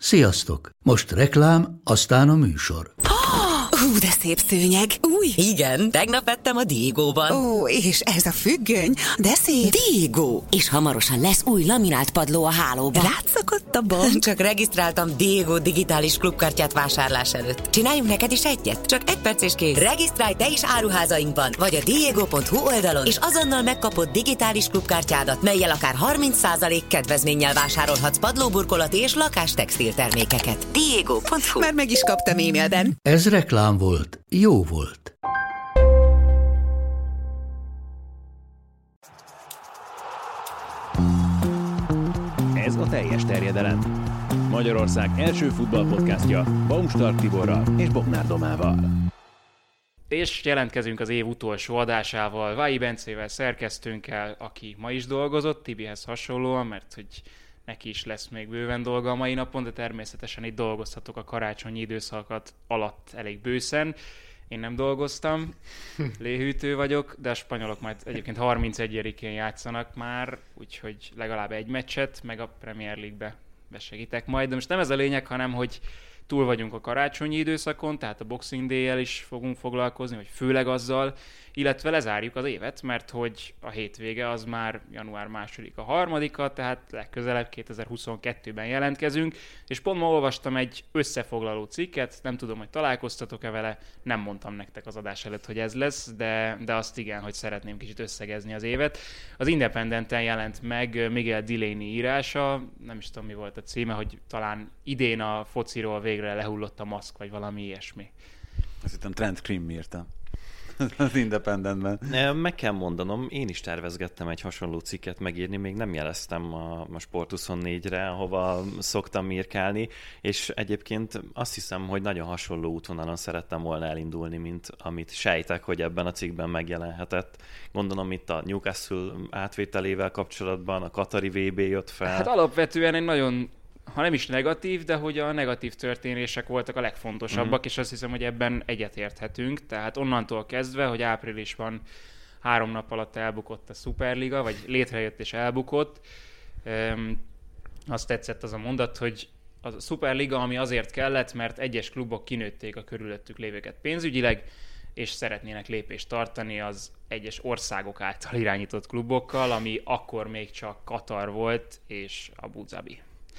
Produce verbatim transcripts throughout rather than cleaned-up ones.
Sziasztok! Most reklám, aztán a műsor. Hú, de szép szőnyeg! Új! Igen, tegnap vettem a Diegóban. Ó, és ez a függöny, de szép! Diegó! És hamarosan lesz új laminált padló a hálóban. Rátszakadt a bank. Csak regisztráltam Diegó digitális klubkártyát vásárlás előtt. Csináljunk neked is egyet? Csak egy perc és kész. Regisztrálj te is áruházainkban, vagy a diegó pont hu oldalon, és azonnal megkapod digitális klubkártyádat, mellyel akár harminc százalék kedvezménnyel vásárolhatsz padlóburkolati és lakástextil termékeket. diegó pont hu. Már meg is kaptam e-mailben. Ez reklám volt, jó volt. Ez a teljes terjedelem. Magyarország első futballpodcastja Baumstark Tiborral és Bognár Domával. És jelentkezünk az év utolsó adásával, Vályi Bencével, szerkesztőnkkel, aki ma is dolgozott, Tibihez hasonlóan, mert hogy neki is lesz még bőven dolga a mai napon, de természetesen itt dolgozhatok a karácsonyi időszakat alatt elég bőszen. Én nem dolgoztam, léhűtő vagyok, de a spanyolok majd egyébként harmincegyedikén játszanak már, úgyhogy legalább egy meccset, meg a Premier League-be besegítek majd. De most nem ez a lényeg, hanem hogy túl vagyunk a karácsonyi időszakon, tehát a Boxing Day-jel is fogunk foglalkozni, vagy főleg azzal, illetve lezárjuk az évet, mert hogy a hétvége az már január másodika, harmadika, tehát legközelebb kétezer-huszonkettőben jelentkezünk, és pont ma olvastam egy összefoglaló cikket, nem tudom, hogy találkoztatok-e vele, nem mondtam nektek az adás előtt, hogy ez lesz, de, de azt igen, hogy szeretném kicsit összegezni az évet. Az Independenten jelent meg Miguel Delaney írása, nem is tudom, mi volt a címe, hogy talán idén a fociról végre lehullott a maszk, vagy valami ilyesmi. Azt hittem Trent Krim írta az Independentben. Meg kell mondanom, én is tervezgettem egy hasonló cikket megírni, még nem jeleztem a, a Sport huszonnégyre, ahova szoktam írkálni, és egyébként azt hiszem, hogy nagyon hasonló útvonalon szerettem volna elindulni, mint amit sejtek, hogy ebben a cikkben megjelenhetett. Gondolom itt a Newcastle átvételével kapcsolatban, a Katari vé bé jött fel. Hát alapvetően egy nagyon, ha nem is negatív, de hogy a negatív történések voltak a legfontosabbak, uh-huh. és azt hiszem, hogy ebben egyetérthetünk. Tehát onnantól kezdve, hogy áprilisban három nap alatt elbukott a Superliga, vagy létrejött és elbukott, um, azt tetszett az a mondat, hogy a Superliga, ami azért kellett, mert egyes klubok kinőtték a körülöttük lévőket pénzügyileg, és szeretnének lépést tartani az egyes országok által irányított klubokkal, ami akkor még csak Katar volt, és Abu Dhabi.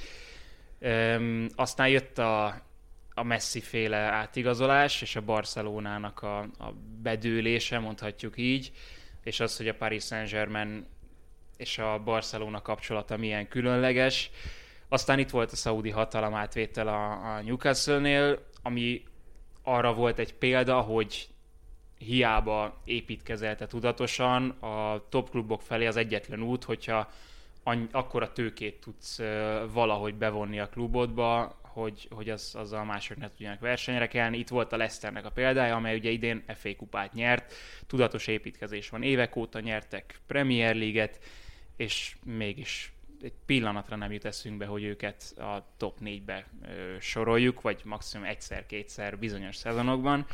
Üm, aztán jött a, a Messi-féle átigazolás, és a Barcelonának a, a bedőlése, mondhatjuk így, és az, hogy a Paris Saint-Germain és a Barcelona kapcsolata milyen különleges. Aztán itt volt a szaudi hatalom átvétel a, a Newcastle-nél, ami arra volt egy példa, hogy hiába építkezelte tudatosan, a top klubok felé az egyetlen út, hogyha akkora tőkét tudsz uh, valahogy bevonni a klubodba, hogy, hogy az, azzal mások ne tudjanak versenyre kelni. Itt volt a Leicesternek a példája, amely ugye idén ef á kupát nyert, tudatos építkezés van, évek óta nyertek Premier League-et, és mégis egy pillanatra nem jut eszünkbe, hogy őket a top négybe uh, soroljuk, vagy maximum egyszer-kétszer bizonyos szezonokban.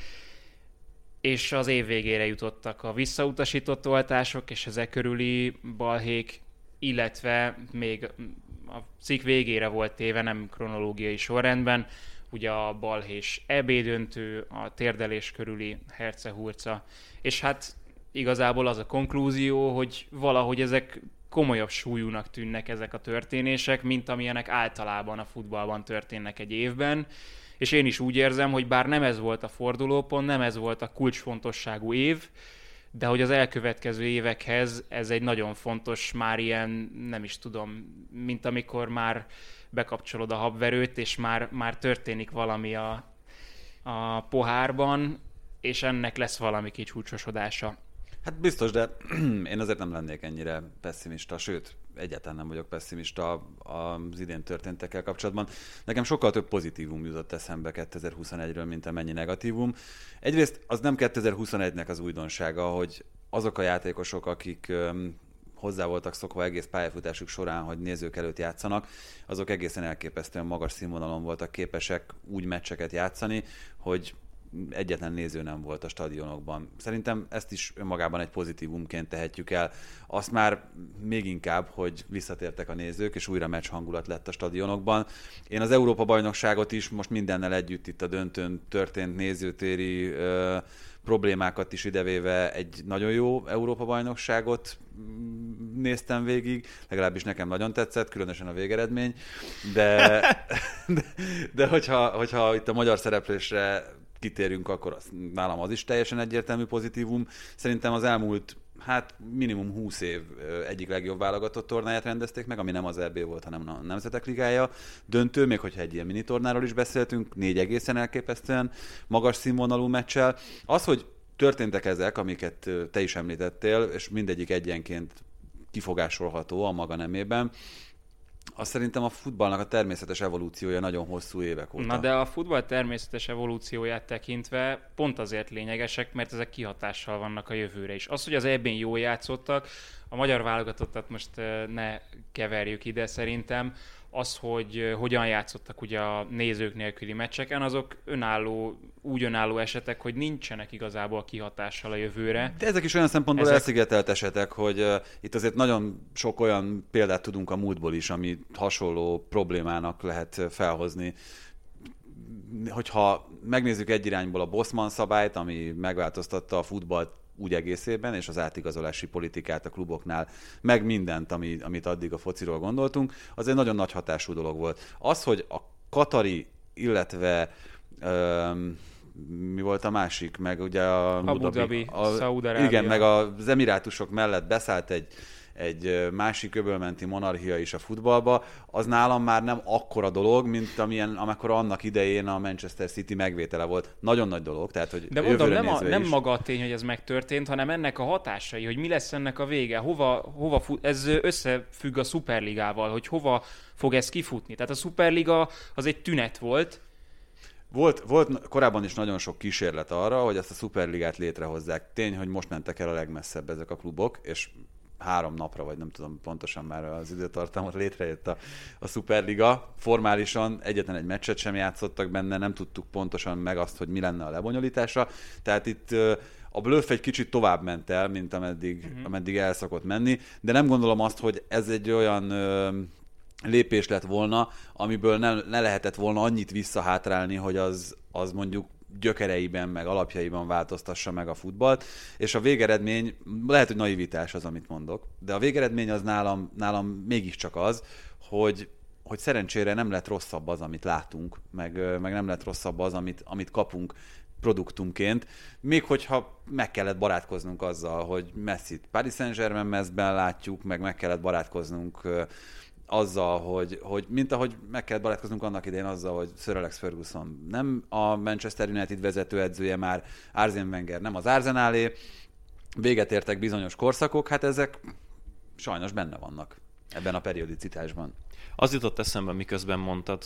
És az év végére jutottak a visszautasított oltások, és ezek körüli balhék, illetve még a cikk végére volt téve, nem kronológiai sorrendben, ugye a balhés é bé döntő, a térdelés körüli herce-hurca, és hát igazából az a konklúzió, hogy valahogy ezek komolyabb súlyúnak tűnnek ezek a történések, mint amilyenek általában a futballban történnek egy évben, és én is úgy érzem, hogy bár nem ez volt a fordulópont, nem ez volt a kulcsfontosságú év, de hogy az elkövetkező évekhez ez egy nagyon fontos, már ilyen, nem is tudom, mint amikor már bekapcsolod a habverőt, és már, már történik valami a, a pohárban, és ennek lesz valami kicsúcsosodása. Hát biztos, de én azért nem lennék ennyire pessimista, sőt, egyáltalán nem vagyok pessimista az idén történtekkel kapcsolatban. Nekem sokkal több pozitívum jutott eszembe kétezer-huszonegyről, mint amennyi negatívum. Egyrészt az nem kétezer-huszonegynek az újdonsága, hogy azok a játékosok, akik öm, hozzá voltak szokva egész pályafutásuk során, hogy nézők előtt játszanak, azok egészen elképesztően magas színvonalon voltak képesek úgy meccseket játszani, hogy egyetlen néző nem volt a stadionokban. Szerintem ezt is önmagában egy pozitívumként tehetjük el. Azt már még inkább, hogy visszatértek a nézők, és újra meccs hangulat lett a stadionokban. Én az Európa-bajnokságot is most mindennel együtt itt a döntőn történt nézőtéri ö, problémákat is idevéve egy nagyon jó Európa-bajnokságot néztem végig, legalábbis nekem nagyon tetszett, különösen a végeredmény, de, de, de hogyha, hogyha itt a magyar szereplésre kitérünk, akkor az, nálam az is teljesen egyértelmű pozitívum. Szerintem az elmúlt, hát minimum húsz év egyik legjobb válogatott tornáját rendezték meg, ami nem az é bé volt, hanem a Nemzetek Ligája döntő, még hogyha egy ilyen mini tornáról is beszéltünk, négy egészen elképesztően magas színvonalú meccsel. Az, hogy történtek ezek, amiket te is említettél, és mindegyik egyenként kifogásolható a maga nemében, azt szerintem a futballnak a természetes evolúciója nagyon hosszú évek óta. Na de a futball természetes evolúcióját tekintve pont azért lényegesek, mert ezek kihatással vannak a jövőre is. Az, hogy az é bén jól játszottak, a magyar válogatottat most ne keverjük ide szerintem, az, hogy hogyan játszottak ugye a nézők nélküli meccseken, azok önálló, úgy önálló esetek, hogy nincsenek igazából kihatással a jövőre. De ezek is olyan szempontból ezek... elszigetelt esetek, hogy uh, itt azért nagyon sok olyan példát tudunk a múltból is, ami hasonló problémának lehet felhozni. Hogyha megnézzük egy irányból a Bosman szabályt, ami megváltoztatta a futballt úgy egészében, és az átigazolási politikát a kluboknál, meg mindent, ami, amit addig a fociról gondoltunk, az egy nagyon nagy hatású dolog volt. Az, hogy a katari, illetve öm, mi volt a másik, meg ugye a Abu Dhabi, Szaúd-Arábia. Igen, meg az Emirátusok mellett beszállt egy egy másik öbölmenti monarchia is a futballba, az nálam már nem akkora dolog, mint amilyen, amikor annak idején a Manchester City megvétele volt. Nagyon nagy dolog, tehát hogy de mondom, nem, a, nem maga a tény, hogy ez megtörtént, hanem ennek a hatásai, hogy mi lesz ennek a vége, hova, hova fut, ez összefügg a Szuperligával, hogy hova fog ez kifutni. Tehát a Szuperliga az egy tünet volt. Volt, volt korábban is nagyon sok kísérlet arra, hogy ezt a Szuperligát létrehozzák. Tény, hogy most mentek el a legmesszebb ezek a klubok, és három napra, vagy nem tudom pontosan már az időtartamot létrejött a, a Szuperliga. Formálisan egyetlen egy meccset sem játszottak benne, nem tudtuk pontosan meg azt, hogy mi lenne a lebonyolítása. Tehát itt a blöff egy kicsit tovább ment el, mint ameddig, uh-huh. ameddig el szokott menni, de nem gondolom azt, hogy ez egy olyan ö, lépés lett volna, amiből ne, ne lehetett volna annyit visszahátrálni, hogy az, az mondjuk gyökereiben, meg alapjaiban változtassa meg a futballt, és a végeredmény, lehet, hogy naivitás az, amit mondok, de a végeredmény az nálam, nálam mégiscsak az, hogy, hogy szerencsére nem lett rosszabb az, amit látunk, meg, meg nem lett rosszabb az, amit, amit kapunk produktumként, még hogyha meg kellett barátkoznunk azzal, hogy Messit Paris Saint-Germain mezben látjuk, meg meg kellett barátkoznunk azzal, hogy, hogy mint ahogy meg kellett barátkoznunk annak idején azzal, hogy Sir Alex Ferguson nem a Manchester United vezetőedzője már, Arsene Wenger nem az Arsenalé, véget értek bizonyos korszakok, hát ezek sajnos benne vannak ebben a periodicitásban. Az jutott eszembe, miközben mondtad,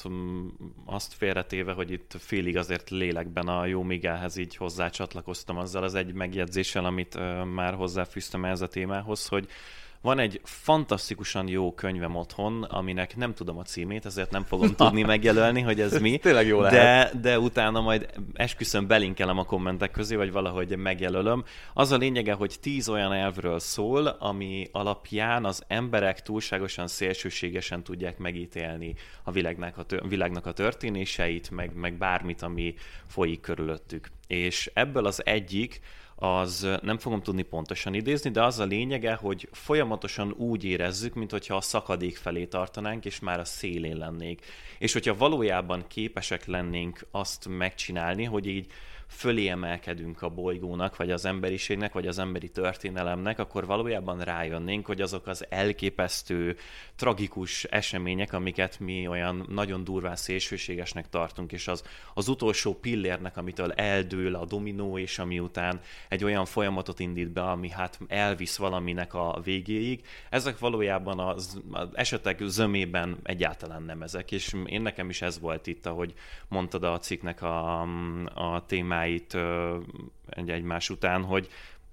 azt félretéve, hogy itt félig azért lélekben a Jó Miguelhez így hozzácsatlakoztam azzal az egy megjegyzéssel, amit már hozzáfűztem ehhez a témához, hogy van egy fantasztikusan jó könyvem otthon, aminek nem tudom a címét, ezért nem fogom tudni megjelölni, hogy ez mi. Tényleg jó lehet. De, de utána majd esküszöm belinkelem a kommentek közé, vagy valahogy megjelölöm. Az a lényege, hogy tíz olyan elvről szól, ami alapján az emberek túlságosan szélsőségesen tudják megítélni a világnak a, tör- világnak a történéseit, meg, meg bármit, ami folyik körülöttük. És ebből az egyik, az nem fogom tudni pontosan idézni, de az a lényege, hogy folyamatosan úgy érezzük, mintha a szakadék felé tartanánk, és már a szélén lennénk. És hogyha valójában képesek lennénk azt megcsinálni, hogy így fölé emelkedünk a bolygónak, vagy az emberiségnek, vagy az emberi történelemnek, akkor valójában rájönnénk, hogy azok az elképesztő, tragikus események, amiket mi olyan nagyon durván szélsőségesnek tartunk, és az, az utolsó pillérnek, amitől eldől a dominó, és ami után egy olyan folyamatot indít be, ami hát elvisz valaminek a végéig, ezek valójában az, az esetek zömében egyáltalán nem ezek, és én nekem is ez volt itt, ahogy mondtad a cikknek a, a témáit egy egymás után, hogy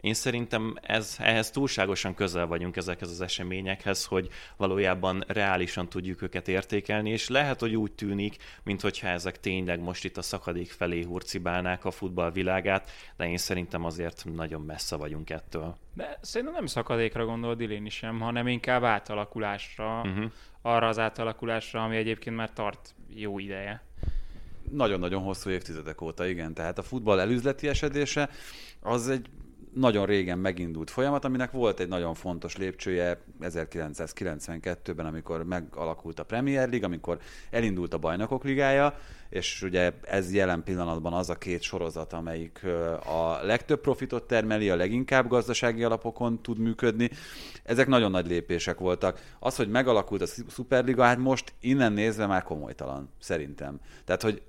Én szerintem ez, ehhez túlságosan közel vagyunk ezekhez az eseményekhez, hogy valójában reálisan tudjuk őket értékelni, és lehet, hogy úgy tűnik, minthogyha ezek tényleg most itt a szakadék felé hurcibálnák a futballvilágát, de én szerintem azért nagyon messze vagyunk ettől. De szerintem nem szakadékra gondol Dilini sem, hanem inkább átalakulásra, Uh-huh. arra az átalakulásra, ami egyébként már tart jó ideje. Nagyon-nagyon hosszú évtizedek óta, igen. Tehát a futball elüzleti esedése az egy nagyon régen megindult folyamat, aminek volt egy nagyon fontos lépcsője ezerkilencszázkilencvenkettőben, amikor megalakult a Premier League, amikor elindult a Bajnokok Ligája, és ugye ez jelen pillanatban az a két sorozat, amelyik a legtöbb profitot termeli, a leginkább gazdasági alapokon tud működni. Ezek nagyon nagy lépések voltak. Az, hogy megalakult a Szuperliga, hát most innen nézve már komolytalan, szerintem. Tehát, hogy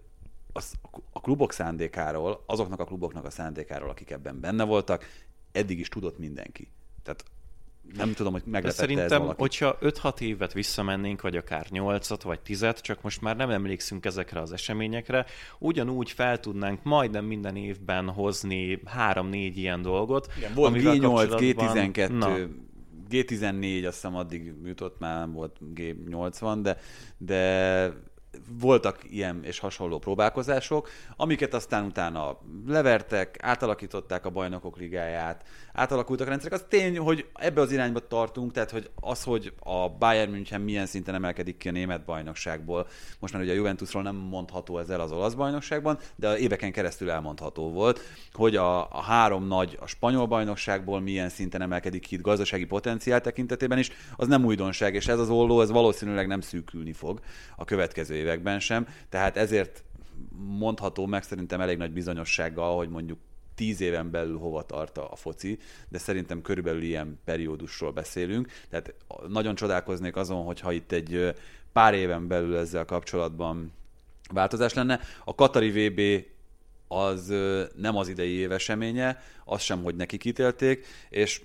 a klubok szándékáról, azoknak a kluboknak a szándékáról, akik ebben benne voltak, eddig is tudott mindenki. Tehát nem tudom, hogy meglepette ez valaki. Szerintem, hogyha öt-hat évet visszamennénk, vagy akár nyolcat, vagy tizet, csak most már nem emlékszünk ezekre az eseményekre, ugyanúgy fel tudnánk majdnem minden évben hozni három-négy ilyen dolgot. Igen, volt gé nyolc, gé tizenkettő, na. gé tizennégy, azt hiszem addig jutott, már nem volt gé nyolcvan, de, de voltak ilyen és hasonló próbálkozások, amiket aztán utána levertek, átalakították a Bajnokok Ligáját, átalakultak a rendszerek. Az tény, hogy ebbe az irányba tartunk, tehát hogy az, hogy a Bayern München milyen szinten emelkedik ki a német bajnokságból, most már ugye a Juventusról nem mondható ez el az olasz bajnokságban, de éveken keresztül elmondható volt, hogy a, a három nagy a spanyol bajnokságból milyen szinten emelkedik ki gazdasági potenciál tekintetében is, az nem újdonság, és ez az olló, ez valószínűleg nem szűkülni fog a következő években sem, tehát ezért mondható meg szerintem elég nagy bizonyossággal, hogy mondjuk tíz éven belül hova tart a foci, de szerintem körülbelül ilyen periódusról beszélünk, tehát nagyon csodálkoznék azon, hogyha itt egy pár éven belül ezzel kapcsolatban változás lenne. A katari vé bé az nem az idei év eseménye, az sem, hogy nekik ítélték, és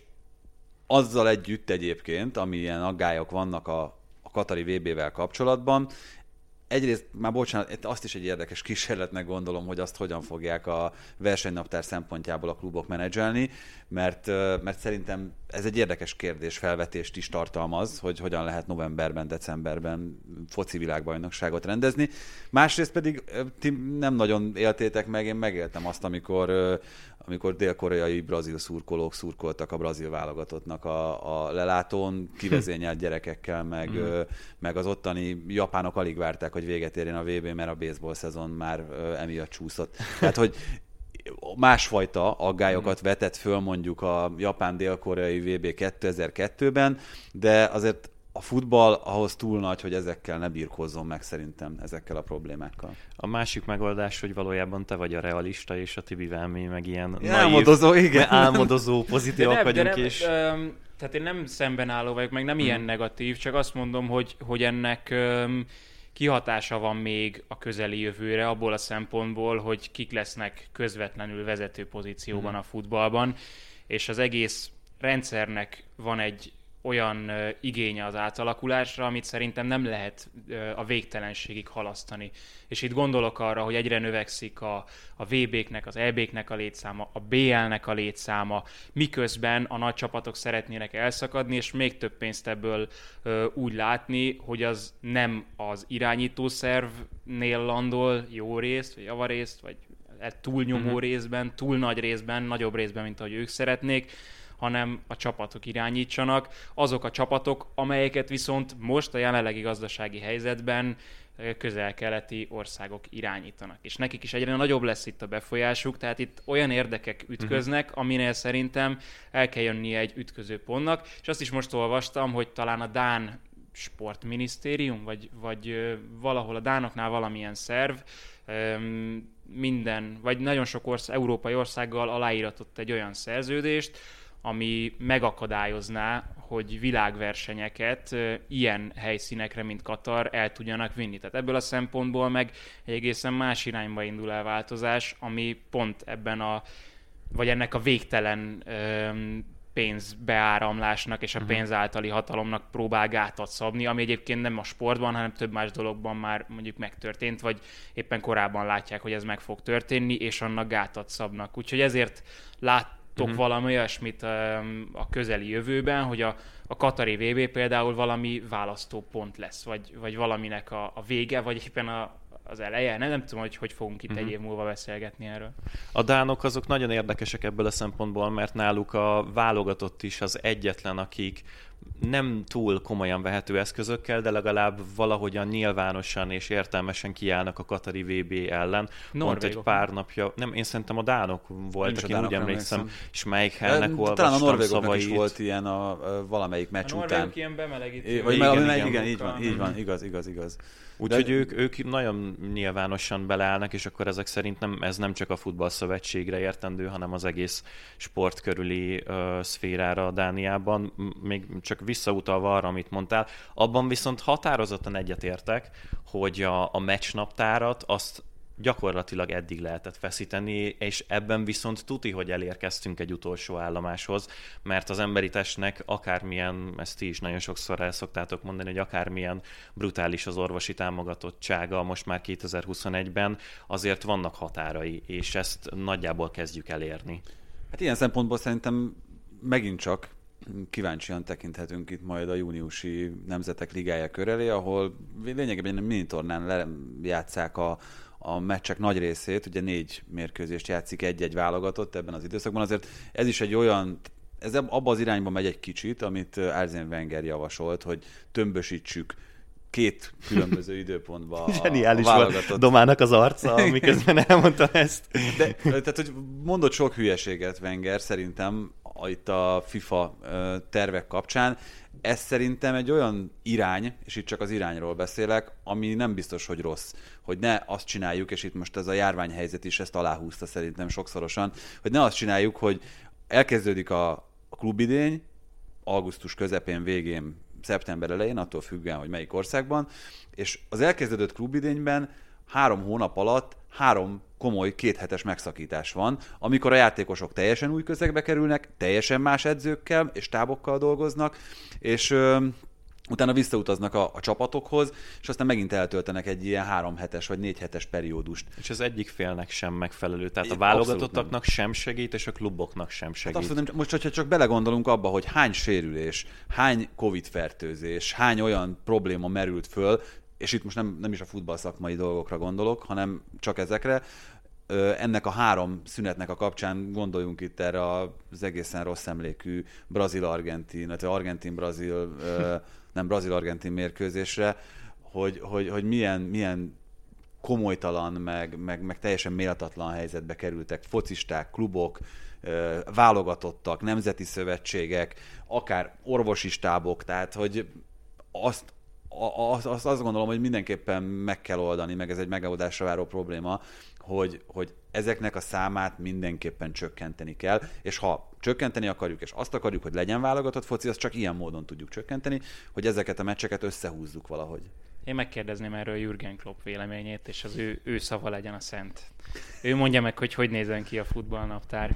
azzal együtt egyébként, amilyen aggályok vannak a, a katari vé bével kapcsolatban, egyrészt, már bocsánat, azt is egy érdekes kísérletnek gondolom, hogy azt hogyan fogják a versenynaptár szempontjából a klubok menedzselni, mert, mert szerintem ez egy érdekes kérdés, felvetést is tartalmaz, hogy hogyan lehet novemberben, decemberben foci világbajnokságot rendezni. Másrészt pedig ti nem nagyon éltétek meg, én megéltem azt, amikor, amikor dél-koreai brazil szurkolók szurkoltak a brazil válogatottnak a, a lelátón, kivezényelt gyerekekkel, meg, mm. meg az ottani japánok alig várták, hogy véget érjen a vé bé, mert a baseball szezon már emiatt csúszott. Tehát, hogy másfajta aggályokat vetett föl mondjuk a japán-dél-koreai vé bé kétezer-kettőben, de azért a futball ahhoz túl nagy, hogy ezekkel ne birkózzon meg szerintem, ezekkel a problémákkal. A másik megoldás, hogy valójában te vagy a realista, és a Tibivel mi meg ilyen álmodozó, naív, igen. álmodozó pozitívak vagyunk. Nem, és... öm, tehát én nem szemben álló vagyok, meg nem hmm. ilyen negatív, csak azt mondom, hogy, hogy ennek öm, kihatása van még a közeli jövőre, abból a szempontból, hogy kik lesznek közvetlenül vezető pozícióban hmm. a futballban, és az egész rendszernek van egy olyan uh, igénye az átalakulásra, amit szerintem nem lehet uh, a végtelenségig halasztani. És itt gondolok arra, hogy egyre növekszik a, a vé béknek, az é béknek a létszáma, a bé el-nek a létszáma, miközben a nagy csapatok szeretnének elszakadni, és még több pénzt ebből uh, úgy látni, hogy az nem az irányítószervnél landol jó részt, vagy javarészt, vagy túlnyomó uh-huh. részben, túl nagy részben, nagyobb részben, mint ahogy ők szeretnék, hanem a csapatok irányítsanak. Azok a csapatok, amelyeket viszont most a jelenlegi gazdasági helyzetben közel-keleti országok irányítanak. És nekik is egyre nagyobb lesz itt a befolyásuk, tehát itt olyan érdekek ütköznek, uh-huh. aminél szerintem el kell jönnie egy ütköző pontnak, és azt is most olvastam, hogy talán a dán sportminisztérium, vagy, vagy valahol a dánoknál valamilyen szerv, minden, vagy nagyon sok ország, európai országgal aláíratott egy olyan szerződést, ami megakadályozná, hogy világversenyeket ilyen helyszínekre, mint Katar el tudjanak vinni. Tehát ebből a szempontból meg egy egészen más irányba indul el változás, ami pont ebben a, vagy ennek a végtelen öm, pénzbeáramlásnak és a pénz általi hatalomnak próbál gátat szabni, ami egyébként nem a sportban, hanem több más dologban már mondjuk megtörtént, vagy éppen korábban látják, hogy ez meg fog történni, és annak gátat szabnak. Úgyhogy ezért lát uh-huh. valami olyasmit a közeli jövőben, hogy a, a katari vé bé például valami választópont lesz, vagy, vagy valaminek a, a vége, vagy éppen a, az eleje? Nem, nem tudom, hogy hogy fogunk itt uh-huh. egy év múlva beszélgetni erről. A dánok azok nagyon érdekesek ebből a szempontból, mert náluk a válogatott is az egyetlen, akik nem túl komolyan vehető eszközökkel, de legalább valahogyan nyilvánosan és értelmesen kiállnak a katari vé bé ellen. Pont egy pár napja, nem, én szerintem a dánok voltak, én úgy emlékszem, és melyik helnek olvastam talán a norvégoknak szavait. is volt ilyen a, a valamelyik meccs a után. A norvégok ilyen bemelegítő. Vagy igen, igen, igen, igen, így van, így van, igaz, igaz, igaz. Úgyhogy ők, ők nagyon nyilvánosan beleállnak, és akkor ezek szerint nem, ez nem csak a futballszövetségre értendő, hanem az egész sport körüli uh, szférára Dániában. Még csak visszautalva arra, amit mondtál, abban viszont határozottan egyetértek, hogy a, a meccsnaptárat azt gyakorlatilag eddig lehetett feszíteni, és ebben viszont tuti, hogy elérkeztünk egy utolsó állomáshoz, mert az emberi testnek akármilyen, ezt ti is nagyon sokszor el szoktátok mondani, hogy akármilyen brutális az orvosi támogatottsága most már kétezer-huszonegyben, azért vannak határai, és ezt nagyjából kezdjük elérni. Hát ilyen szempontból szerintem megint csak kíváncsian tekinthetünk itt majd a júniusi Nemzetek Ligája kör elé, ahol lényegében minitornán lejátsszák a a meccsek nagy részét, ugye négy mérkőzést játszik egy-egy válogatott ebben az időszakban, azért ez is egy olyan, ez abba az irányba megy egy kicsit, amit Arsene Wenger javasolt, hogy tömbösítsük két különböző időpontba a, Zseniális a válogatott. Volt Domának az arca, miközben elmondta ezt. De, tehát, hogy mondott sok hülyeséget Wenger szerintem itt a FIFA tervek kapcsán. Ez szerintem egy olyan irány, és itt csak az irányról beszélek, ami nem biztos, hogy rossz. Hogy ne azt csináljuk, és itt most ez a járványhelyzet is ezt aláhúzta szerintem sokszorosan, hogy ne azt csináljuk, hogy elkezdődik a, a klubidény, augusztus közepén, végén, szeptember elején, attól függően, hogy melyik országban, és az elkezdődött klubidényben három hónap alatt három komoly kéthetes megszakítás van, amikor a játékosok teljesen új közegbe kerülnek, teljesen más edzőkkel és tábokkal dolgoznak, és ö, utána visszautaznak a, a csapatokhoz, és aztán megint eltöltenek egy ilyen három hetes vagy négy hetes periódust. És az egyik félnek sem megfelelő, tehát a válogatottaknak sem segít, és a kluboknak sem segít. Hát most, hogyha csak belegondolunk abba, hogy hány sérülés, hány Covid-fertőzés, hány olyan probléma merült föl, és itt most nem, nem is a futballszakmai dolgokra gondolok, hanem csak ezekre. Ennek a három szünetnek a kapcsán gondoljunk itt erre az egészen rossz emlékű brazil-argentin, illetve argentin-brazil, nem brazil-argentin mérkőzésre, hogy, hogy, hogy milyen, milyen komolytalan, meg, meg, meg teljesen méltatlan helyzetbe kerültek focisták, klubok, válogatottak, nemzeti szövetségek, akár orvosi stábok, tehát hogy azt Azt, azt, azt gondolom, hogy mindenképpen meg kell oldani, meg ez egy megoldásra váró probléma, hogy, hogy ezeknek a számát mindenképpen csökkenteni kell, és ha csökkenteni akarjuk, és azt akarjuk, hogy legyen válogatott foci, azt csak ilyen módon tudjuk csökkenteni, hogy ezeket a meccseket összehúzzuk valahogy. Én megkérdezném erről Jürgen Klopp véleményét, és az ő, ő szava legyen a szent. Ő mondja meg, hogy hogy nézzen ki a futballnaptár.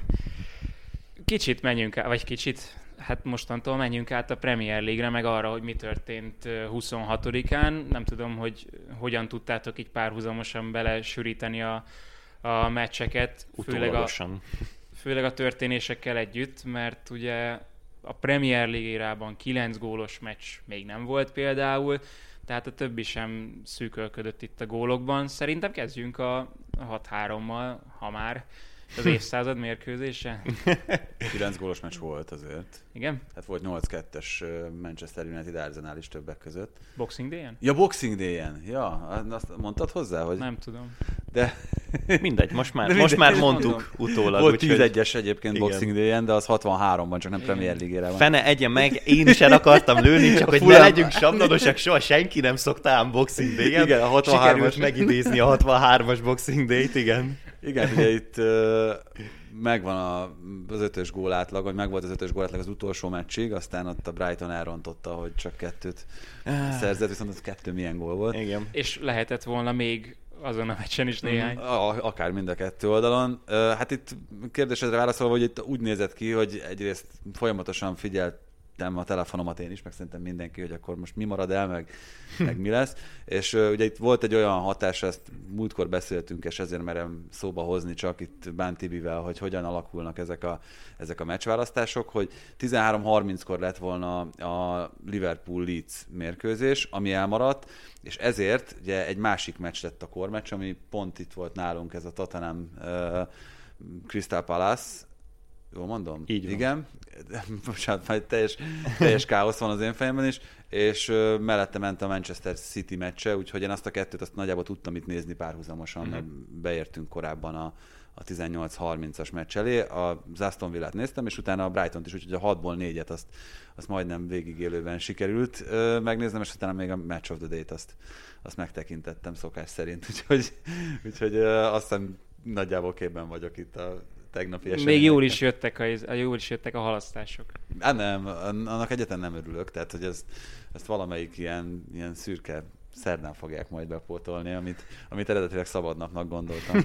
Kicsit menjünk át, vagy kicsit... Hát mostantól menjünk át a Premier League-re, meg arra, hogy mi történt huszonhatodikán. Nem tudom, hogy hogyan tudtátok így párhuzamosan belesűríteni a, a meccseket. Főleg a, főleg a történésekkel együtt, mert ugye a Premier League-érában kilenc gólos meccs még nem volt például, tehát a többi sem szűkölködött itt a gólokban. Szerintem kezdjünk a hat hárommal, ha már. Az évszázad mérkőzése? kilenc gólos meccs volt azért. Igen? Hát volt nyolc kettes Manchester United Arsenal is többek között. Boxing Day-en? Ja, Boxing Day-en. Ja, azt mondtad hozzá, hogy... Nem tudom. De... Mindegy, most már, most már mondtuk utólag. Volt tíz egyes egyébként igen. Boxing Day-en, de az hatvanháromban, csak nem igen. Premier League-ére van. Fene egyen meg, én is el akartam lőni, csak hogy ne legyünk sablonosak, soha senki nem szokta ám Boxing Day-en. Igen, a hatvanhármas. Sikerült megidézni a hatvanhármas Boxing Day-t, igen. Igen, ugye itt uh, megvan a, az ötös gól átlag, vagy megvolt az ötös gól átlag az utolsó meccsig, aztán ott a Brighton elrontotta, hogy csak kettőt szerzett, viszont az kettő milyen gól volt. Igen. És lehetett volna még azon a meccsen is néhány. A, akár mind a kettő oldalon. Hát itt kérdésedre válaszolva, hogy itt úgy nézett ki, hogy egyrészt folyamatosan figyelték vittem a telefonomat én is, meg szerintem mindenki, hogy akkor most mi marad el, meg, meg mi lesz. És uh, ugye itt volt egy olyan hatás, ezt múltkor beszéltünk, és ezért merem szóba hozni csak itt Bán Tibivel, hogy hogyan alakulnak ezek a, ezek a meccsválasztások, hogy tizenhárom harminckor lett volna a Liverpool-Leeds mérkőzés, ami elmaradt, és ezért ugye egy másik meccs lett a kormeccs, ami pont itt volt nálunk, ez a Tottenham uh, Crystal Palace. Jól mondom? Így van. Igen. Bocsánat, majd teljes, teljes káosz van az én fejemben is, és uh, mellette ment a Manchester City meccse, úgyhogy én azt a kettőt azt nagyjából tudtam itt nézni párhuzamosan, uh-huh. mert beértünk korábban a, a tizennyolc harmincas meccs elé. A Aston Villát néztem, és utána a Brightont is, úgyhogy a hatból négyet azt, azt majdnem végigélőben sikerült uh, megnéznem, és utána még a Match of the Day-t azt, azt megtekintettem szokás szerint, úgyhogy, úgyhogy uh, azt hiszem nagyjából képben vagyok itt a tegnapi eseményekben. Még jól is jöttek a, jól is jöttek a halasztások. Á, nem, annak egyetlen nem örülök, tehát hogy ezt, ezt valamelyik ilyen, ilyen szürke szerdán fogják majd bepótolni, amit, amit eredetileg szabadnapnak gondoltam.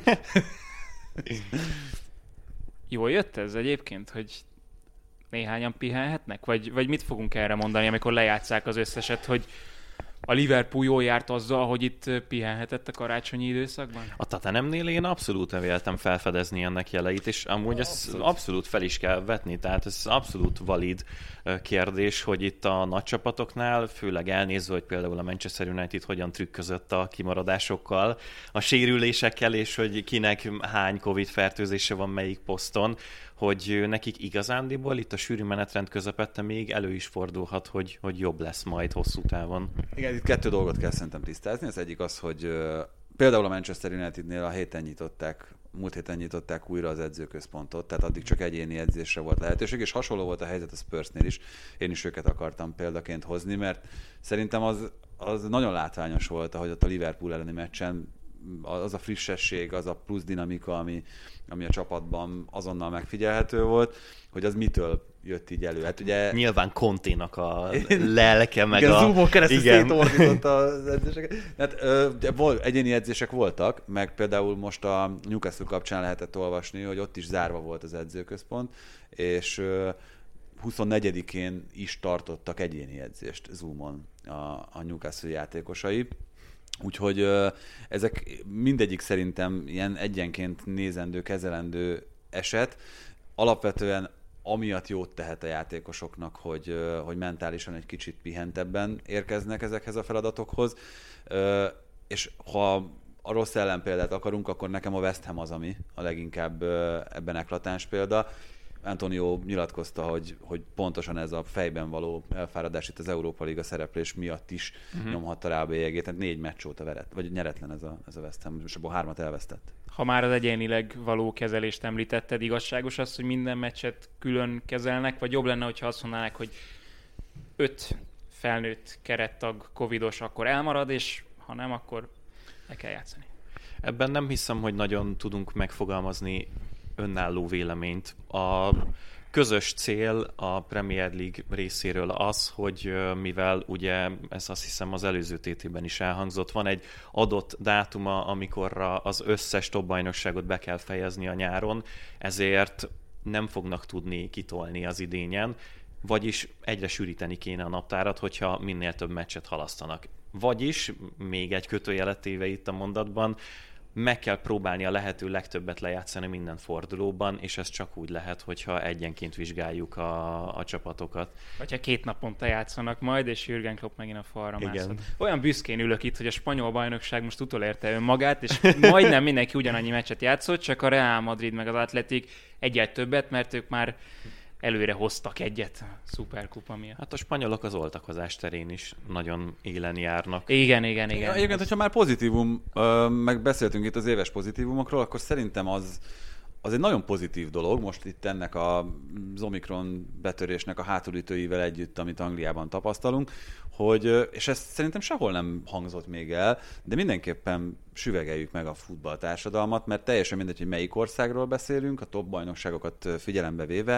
Jól jött ez egyébként, hogy néhányan pihenhetnek? Vagy, vagy mit fogunk erre mondani, amikor lejátsszák az összeset, hogy a Liverpool jól járt azzal, hogy itt pihenhetett a karácsonyi időszakban? A Tottenhamnél én abszolút véltem felfedezni ennek jeleit, és amúgy ezt abszolút. abszolút fel is kell vetni, tehát ez abszolút valid kérdés, hogy itt a nagy csapatoknál, főleg elnézve, hogy például a Manchester United hogyan trükközött a kimaradásokkal, a sérülésekkel, és hogy kinek hány Covid fertőzése van melyik poszton, hogy nekik igazándiból itt a sűrű menetrend közepette még elő is fordulhat, hogy, hogy jobb lesz majd hosszú távon. Igen, itt kettő dolgot kell szerintem tisztázni. Az egyik az, hogy uh, például a Manchester Unitednél a héten nyitották, múlt héten nyitották újra az edzőközpontot, tehát addig csak egyéni edzésre volt lehetőség, és hasonló volt a helyzet a Spursnél is. Én is őket akartam példaként hozni, mert szerintem az, az nagyon látványos volt, ahogy ott a Liverpool elleni meccsen az a frissesség, az a plusz dinamika, ami, ami a csapatban azonnal megfigyelhető volt, hogy az mitől jött így elő. Hát ugye... Nyilván Conténak a lelke, meg igen, a... zoomon keresztül szétordította az edzéseket. Hát, ö, vol, egyéni edzések voltak, meg például most a Newcastle kapcsán lehetett olvasni, hogy ott is zárva volt az edzőközpont, és ö, huszonnegyedikén is tartottak egyéni edzést Zoomon a, a Newcastle játékosai. Úgyhogy ö, ezek mindegyik szerintem ilyen egyenként nézendő, kezelendő eset. Alapvetően amiatt jót tehet a játékosoknak, hogy, ö, hogy mentálisan egy kicsit pihentebben érkeznek ezekhez a feladatokhoz. Ö, és ha a rossz ellenpéldát akarunk, akkor nekem a West Ham az, ami a leginkább ö, ebben eklatáns példa. Antonio nyilatkozta, hogy, hogy pontosan ez a fejben való elfáradás itt az Európa Liga szereplés miatt is uh-huh. nyomhatta rá a bélyegét. Tehát négy meccs óta veret, vagy nyeretlen ez a, ez a West Ham, és abból hármat elvesztett. Ha már az egyénileg való kezelést említetted, igazságos az, hogy minden meccset külön kezelnek, vagy jobb lenne, hogyha azt mondanák, hogy öt felnőtt kerettag covidos, akkor elmarad, és ha nem, akkor le kell játszani. Ebben nem hiszem, hogy nagyon tudunk megfogalmazni önálló véleményt. A közös cél a Premier League részéről az, hogy mivel ugye ez azt hiszem az előző té tében is elhangzott, van egy adott dátuma, amikorra az összes top bajnokságot be kell fejezni a nyáron, ezért nem fognak tudni kitolni az idényen, vagyis egyre sűríteni kéne a naptárat, hogyha minél több meccset halasztanak. Vagyis, még egy kötőjelet téve itt a mondatban, meg kell próbálni a lehető legtöbbet lejátszani minden fordulóban, és ez csak úgy lehet, hogyha egyenként vizsgáljuk a, a csapatokat. Vagy ha két naponta játszanak majd, és Jürgen Klopp megint a falra mászhat. Olyan büszkén ülök itt, hogy a spanyol bajnokság most utolérte önmagát, és majdnem mindenki ugyanannyi meccset játszott, csak a Real Madrid meg az Athletic egyet többet, mert ők már előre hoztak egyet a szuperkupa miatt. Hát a spanyolok az oltakozás terén is nagyon élen járnak. Igen, igen, igen. Egyébként, hogyha már pozitívum, meg beszéltünk itt az éves pozitívumokról, akkor szerintem az, az egy nagyon pozitív dolog, most itt ennek az Omikron betörésnek a hátulütőivel együtt, amit Angliában tapasztalunk, hogy, és ez szerintem sehol nem hangzott még el, de mindenképpen süvegeljük meg a futballtársadalmat, mert teljesen mindegy, hogy melyik országról beszélünk, a top bajnokságokat figyelembe véve,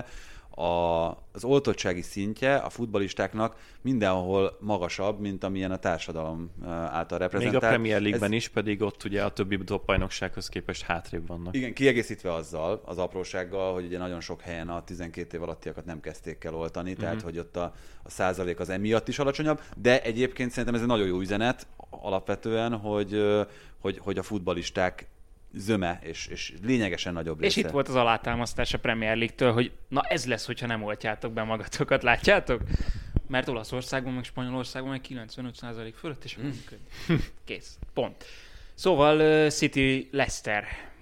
a, az oltottsági szintje a futballistáknak mindenhol magasabb, mint amilyen a társadalom által reprezentált. Még a Premier League-ben Ez... is, pedig ott ugye a többi top-bajnoksághoz képest hátrébb vannak. Igen, kiegészítve azzal, az aprósággal, hogy ugye nagyon sok helyen a tizenkét év alattiakat nem kezdték el oltani, mm-hmm. tehát hogy ott a, a százalék az emiatt is alacsonyabb, de egyébként szerintem ez egy nagyon jó üzenet alapvetően, hogy, hogy, hogy a futballisták zöme, és, és lényegesen nagyobb része. És itt volt az alátámasztás a Premier League-től, hogy na ez lesz, hogyha nem oltjátok be magatokat, látjátok? Mert Olaszországban, meg Spanyolországban meg kilencvenöt százalék fölött, és mm. kész. Pont. Szóval uh, City Leicester.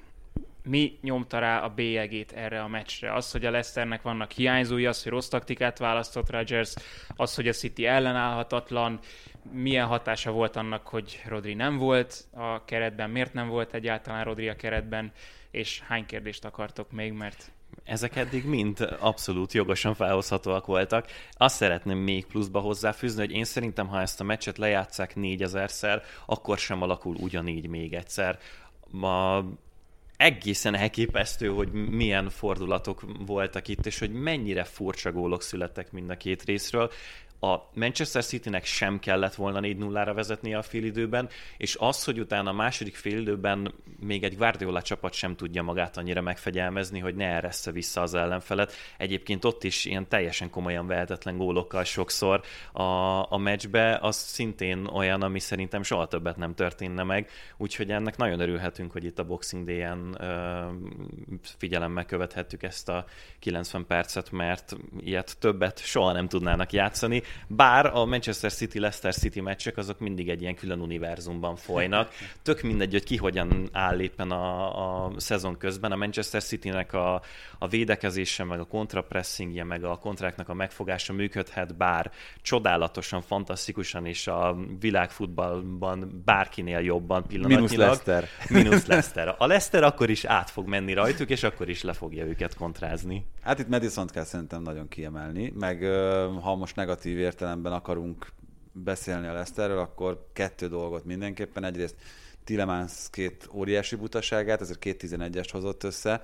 Mi nyomta rá a bélyegét erre a meccsre? Az, hogy a Leicesternek vannak hiányzói, az, hogy rossz taktikát választott Rodgers, az, hogy a City ellenállhatatlan, milyen hatása volt annak, hogy Rodri nem volt a keretben, miért nem volt egyáltalán Rodri a keretben, és hány kérdést akartok még, mert... Ezek eddig mind abszolút jogosan felhozhatóak voltak. Azt szeretném még pluszba hozzáfűzni, hogy én szerintem, ha ezt a meccset lejátsszák négyezerszer, akkor sem alakul ugyanígy még egyszer. Ma egészen elképesztő, hogy milyen fordulatok voltak itt, és hogy mennyire furcsa gólok születtek mind a két részről. A Manchester Citynek sem kellett volna négy nullára vezetnie a félidőben, és az, hogy utána a második félidőben még egy Guardiola csapat sem tudja magát annyira megfegyelmezni, hogy ne eresssze vissza az ellenfelet. Egyébként ott is ilyen teljesen komolyan vehetetlen gólokkal sokszor a, a meccsbe, az szintén olyan, ami szerintem soha többet nem történne meg, úgyhogy ennek nagyon örülhetünk, hogy itt a Boxing Day-en uh, figyelemmel követhettük ezt a kilencven percet, mert ilyet többet soha nem tudnának játszani. Bár a Manchester City-Leicester City meccsek azok mindig egy ilyen külön univerzumban folynak. Tök mindegy, hogy ki hogyan áll éppen a, a szezon közben. A Manchester Citynek a, a védekezése, meg a kontrapressingje, meg a kontráknak a megfogása működhet, bár csodálatosan, fantasztikusan, és a világfutballban bárkinél jobban pillanatnyilag. Minusz Leicester. Minusz Leicester. A Leicester akkor is át fog menni rajtuk, és akkor is le fogja őket kontrázni. Hát itt Madisont kell szerintem nagyon kiemelni, meg ha most negatív értelemben akarunk beszélni a Leicesterről, akkor kettő dolgot mindenképpen. Egyrészt Tielemans két óriási butaságát, ezért két tizenegyest hozott össze.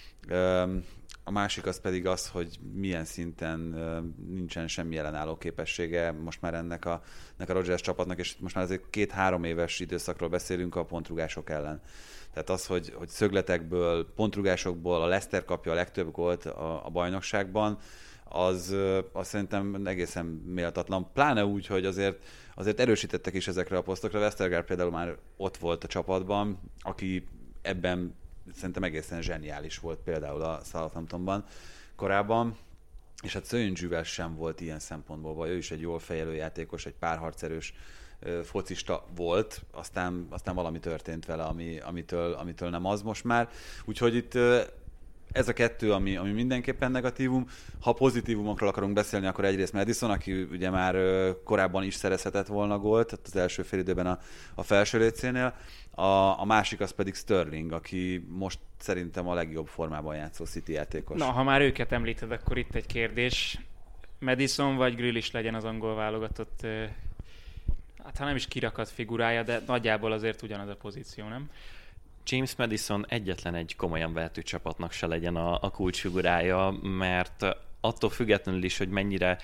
A másik az pedig az, hogy milyen szinten nincsen semmi ellenálló képessége most már ennek a, ennek a Rodgers csapatnak, és most már azért két-három éves időszakról beszélünk a pontrugások ellen. Tehát az, hogy, hogy szögletekből, pontrugásokból a Leicester kapja a legtöbb gólt a, a bajnokságban, az, az szerintem egészen méltatlan. Pláne úgy, hogy azért, azért erősítettek is ezekre a posztokra. Westergaard például már ott volt a csapatban, aki ebben szerintem egészen zseniális volt például a Southamptonban korábban, és hát Söyüncsivel sem volt ilyen szempontból, vagy ő is egy jól fejelő játékos, egy párharcerős focista volt, aztán, aztán valami történt vele, ami, amitől, amitől nem az most már. Úgyhogy itt ez a kettő, ami, ami mindenképpen negatívum. Ha pozitívumokról akarunk beszélni, akkor egyrészt Maddison, aki ugye már korábban is szerezhetett volna gólt, tehát az első fél időben a, a felső létszénél. A, a másik az pedig Sterling, aki most szerintem a legjobb formában játszó City játékos. Na, ha már őket említed, akkor itt egy kérdés. Maddison vagy Grealish legyen az angol válogatott, hát ha nem is kirakat figurája, de nagyjából azért ugyanaz a pozíció, nem? James Maddison egyetlen egy komolyan vehető csapatnak se legyen a, a kulcsfigurája, mert attól függetlenül is, hogy mennyire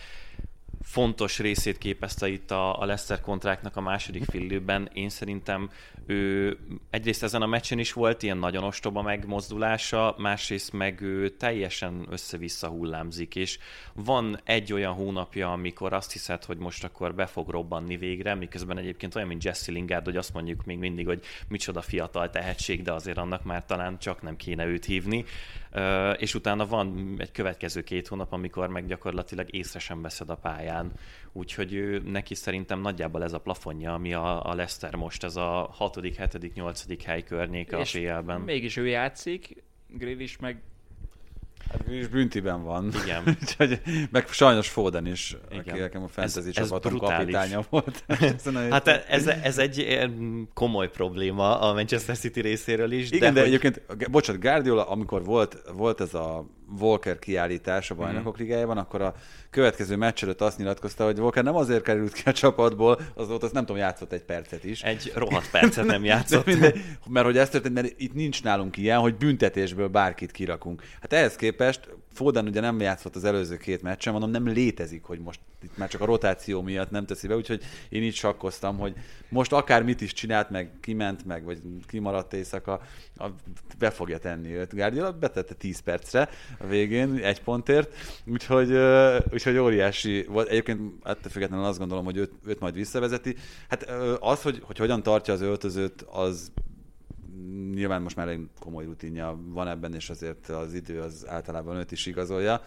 fontos részét képezte itt a, a Leicester kontráknak a második félidőben, én szerintem ő egyrészt ezen a meccsen is volt ilyen nagyon ostoba megmozdulása, másrészt meg ő teljesen össze-vissza hullámzik, és van egy olyan hónapja, amikor azt hiszed, hogy most akkor be fog robbanni végre, miközben egyébként olyan, mint Jesse Lingard, hogy azt mondjuk még mindig, hogy micsoda fiatal tehetség, de azért annak már talán csak nem kéne őt hívni. Uh, és utána van egy következő két hónap, amikor meg gyakorlatilag észre sem veszed a pályán. Úgyhogy ő, neki szerintem nagyjából ez a plafonja, ami a, a Leicester most, ez a hatodik, hetedik, nyolcadik hely környéke a bé el-ben. Mégis ő játszik, Grealish meg... Hát Grealish büntiben van. Igen. Meg sajnos Foden is, igen, aki nekem a fantasy ez, csapatom ez kapitánya volt. Hát ez, ez egy komoly probléma a Manchester City részéről is. Igen, de, de hogy... egyébként, bocsánat, Guardiola, amikor volt, volt ez a Walker kiállítás a Bajnokok mm. Ligájában, akkor a következő meccs előtt azt nyilatkozta, hogy Walker nem azért került ki a csapatból, azóta azt nem tudom, játszott egy percet is. Egy rohadt percet nem játszott. Minden, mert hogy ez történt, mert itt nincs nálunk ilyen, hogy büntetésből bárkit kirakunk. Hát ehhez képest Foden ugye nem játszott az előző két meccsen, mondom, nem létezik, hogy most itt már csak a rotáció miatt nem teszi be, úgyhogy én így sakkoztam, hogy most akár mit is csinált, meg kiment, meg vagy kimaradt éjszaka, be fogja tenni őt. Guardiola betette tíz percre a végén, egy pontért, úgyhogy, úgyhogy óriási volt. Egyébként ettől függetlenül azt gondolom, hogy őt, őt majd visszavezeti. Hát az, hogy, hogy hogyan tartja az öltözőt, az nyilván most már egy komoly rutinja van ebben, és azért az idő az általában őt is igazolja.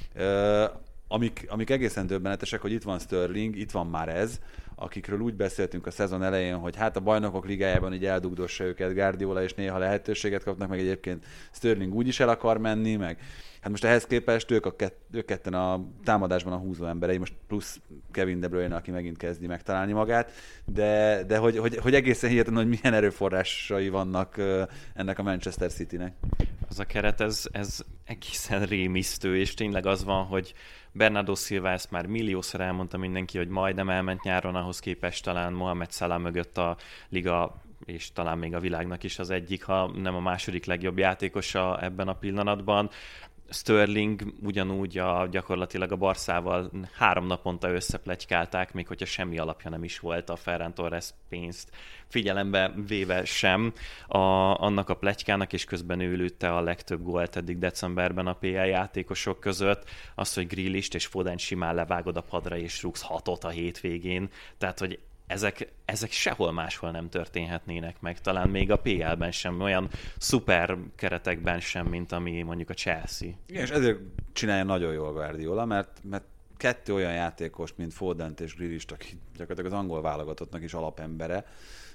Amik, amik egészen döbbenetesek, hogy itt van Sterling, itt van már ez, akikről úgy beszéltünk a szezon elején, hogy hát a bajnokok ligájában így eldugdossa őket Guardiola, és néha lehetőséget kapnak, meg egyébként Sterling úgy is el akar menni, meg hát most ehhez képest ők, a kett, ők ketten a támadásban a húzó emberei, most plusz Kevin De Bruyne, aki megint kezdi megtalálni magát, de, de hogy, hogy, hogy egészen hihetetlen, hogy milyen erőforrásai vannak ennek a Manchester Citynek. Az a keret, ez, ez egészen rémisztő, és tényleg az van, hogy Bernardo Silva, ezt már milliószor elmondta mindenki, hogy majdnem elment nyáron, ahhoz képest talán Mohamed Salah mögött a liga, és talán még a világnak is az egyik, ha nem a második legjobb játékosa ebben a pillanatban. Sterling ugyanúgy a, gyakorlatilag a Barszával három naponta összepletykálták, még hogyha semmi alapja nem is volt a Ferran Torres pénzt figyelembe véve sem a, annak a pletykának, és közben ő lőtte a legtöbb gólt eddig decemberben a pé el játékosok között. Az, hogy Grealish-t és Foden simán levágod a padra, és rúgsz hatot a hétvégén. Tehát, hogy Ezek, ezek sehol máshol nem történhetnének meg, talán még a pé el-ben sem, olyan szuper keretekben sem, mint ami mondjuk a Chelsea. Igen, és ezért csinálja nagyon jól Guardiola, mert, mert kettő olyan játékos, mint Fodent és Grealish-t, aki gyakorlatilag az angol válogatottnak is alapembere,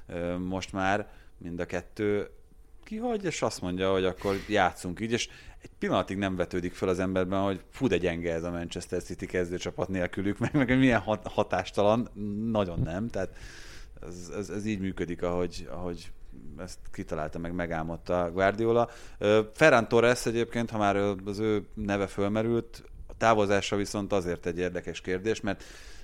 most már mind a kettő kihagy, és azt mondja, hogy akkor játszunk így, és egy pillanatig nem vetődik fel az emberben, hogy fú, de gyenge ez a Manchester City kezdőcsapat nélkülük, meg, meg milyen hat, hatástalan, nagyon nem, tehát ez, ez, ez így működik, ahogy, ahogy ezt kitalálta, meg megálmodta Guardiola. Ferran Torres egyébként, ha már az ő neve fölmerült, a távozása viszont azért egy érdekes kérdés, mert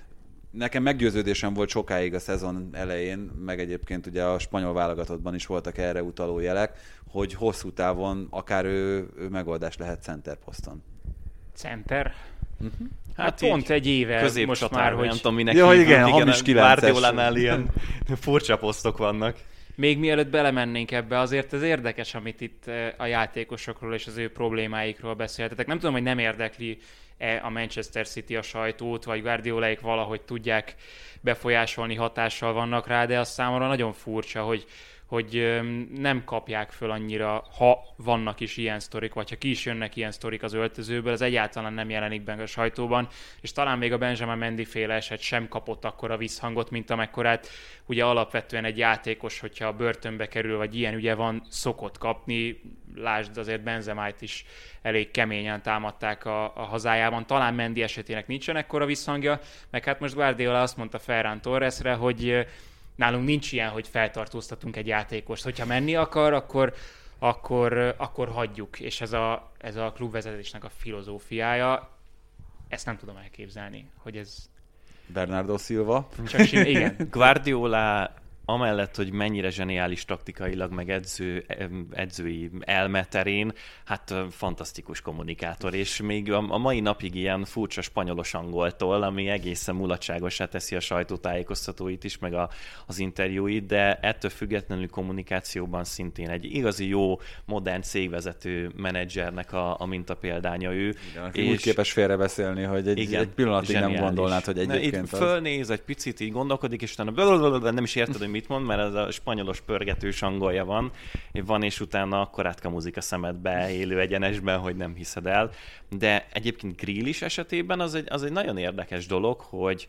nekem meggyőződésem volt sokáig a szezon elején, meg egyébként ugye a spanyol válogatottban is voltak erre utaló jelek, hogy hosszú távon akár ő, ő megoldás lehet center poszton. Center? Uh-huh. Hát, hát pont egy éve most már, hogy... nem tudom, minek ja, hívnak, igen, hamis kilences. Guardiolánál ilyen furcsa posztok vannak. Még mielőtt belemennénk ebbe, azért ez érdekes, amit itt a játékosokról és az ő problémáikról beszéltetek. Nem tudom, hogy nem érdekli a Manchester City a sajtót, vagy Guardiolaik valahogy tudják befolyásolni, hatással vannak rá, de az számomra nagyon furcsa, hogy, hogy nem kapják föl annyira, ha vannak is ilyen sztorik, vagy ha ki is jönnek ilyen sztorik az öltözőből, az egyáltalán nem jelenik be a sajtóban, és talán még a Benjamin Mendy féle eset sem kapott akkora visszhangot, mint amekkorát ugye alapvetően egy játékos, hogyha börtönbe kerül, vagy ilyen ugye van, szokott kapni. Lásd, azért Benzemát is elég keményen támadták a, a hazájában. Talán Mendy esetének nincsen ekkora visszhangja, meg hát most Guardiola azt mondta Ferran Torresre, hogy nálunk nincs ilyen, hogy feltartóztatunk egy játékost. Hogyha menni akar, akkor, akkor, akkor hagyjuk. És ez a, ez a klubvezetésnek a filozófiája, ezt nem tudom elképzelni, hogy ez... Bernardo Silva. Csak sim, igen. Guardiola amellett, hogy mennyire zseniális taktikailag, meg edző, edzői elmeterén, hát fantasztikus kommunikátor, és még a, a mai napig ilyen furcsa spanyolos angoltól, ami egészen mulatságosá teszi a sajtótájékoztatóit is, meg a, az interjúit, de ettől függetlenül kommunikációban szintén egy igazi jó, modern cégvezető menedzsernek a, a mintapéldánya ő. Igen, és úgy képes félrebeszélni, hogy egy, igen, egy pillanatig zseniális. Nem gondolnád, hogy egyébként Na, itt az... fölnéz, egy picit így gondolkodik, és utána nem is érted, hogy mit mond, mert ez a spanyolos pörgetős angolja van, van, és utána akkor átkamuzik a szemedbe élő egyenesben, hogy nem hiszed el. De egyébként Grealish esetében az egy, az egy nagyon érdekes dolog, hogy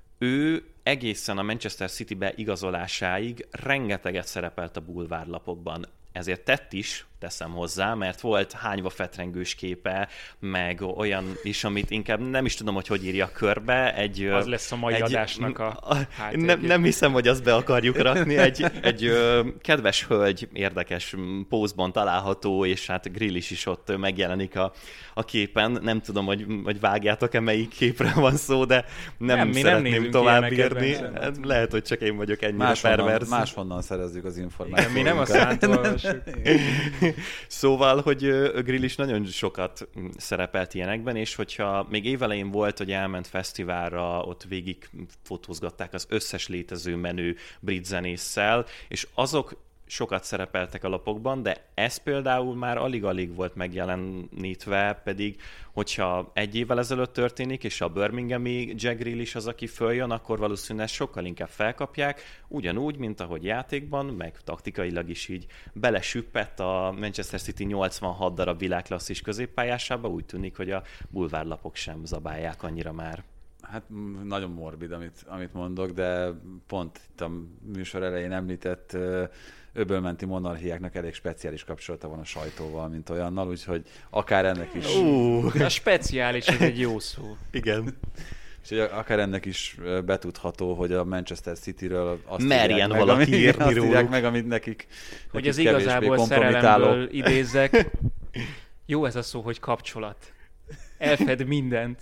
ő egészen a Manchester City beigazolásáig rengeteget szerepelt a bulvárlapokban. Ezért tett is, teszem hozzá, mert volt hányva fetrengős képe, meg olyan is, amit inkább nem is tudom, hogy hogy írja körbe. Egy, az lesz a mai egy, adásnak a... a nem, nem hiszem, hogy azt be akarjuk rakni. Egy, egy ö, kedves hölgy, érdekes pózban található, és hát Grealish is ott megjelenik a, a képen. Nem tudom, hogy, hogy vágjátok-e, melyik képre van szó, de nem, nem szeretném tovább írni. Lehet, hogy csak én vagyok ennyire máshonnan, perverz. Máshonnan szerezzük az információt. Mi nem a szánt olvassuk. Szóval, hogy Grealish nagyon sokat szerepelt ilyenekben, és hogyha még évelején volt, hogy elment fesztiválra, ott végig fotózgatták az összes létező menő brit zenésszel, és azok sokat szerepeltek a lapokban, de ez például már alig-alig volt megjelenítve, pedig hogyha egy évvel ezelőtt történik, és a Birminghami Jack Grealish az, aki följön, akkor valószínűleg sokkal inkább felkapják, ugyanúgy, mint ahogy játékban, meg taktikailag is így belesüppett a Manchester City nyolcvanhat darab világklasszis középpályásába, úgy tűnik, hogy a bulvárlapok sem zabálják annyira már. Hát nagyon morbid, amit, amit mondok, de pont itt a műsor elején említett öbölmenti monarchiáknak elég speciális kapcsolata van a sajtóval, mint olyannal, úgyhogy akár ennek is... Uh, a speciális, ez egy jó szó. Igen. És akár ennek is betudható, hogy a Manchester Cityről azt merjen meg, valaki amit, írni azt róluk. meg, amit nekik, hogy nekik az igazából szerelemből idézzek. Jó ez a szó, hogy kapcsolat. Elfed mindent.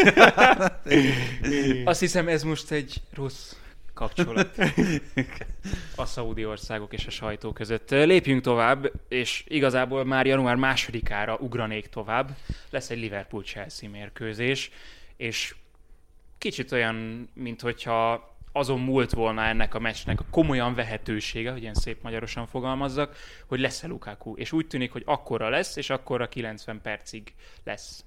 Azt hiszem, ez most egy rossz kapcsolat a szaudi országok és a sajtó között. Lépjünk tovább, és igazából már január másodikára ugranék tovább. Lesz egy Liverpool-Chelsea mérkőzés, és kicsit olyan, mint hogyha azon múlt volna ennek a meccsnek a komolyan vehetősége, hogy ilyen szép magyarosan fogalmazzak, hogy lesz-e Lukaku. És úgy tűnik, hogy akkora lesz, és akkora kilencven percig lesz.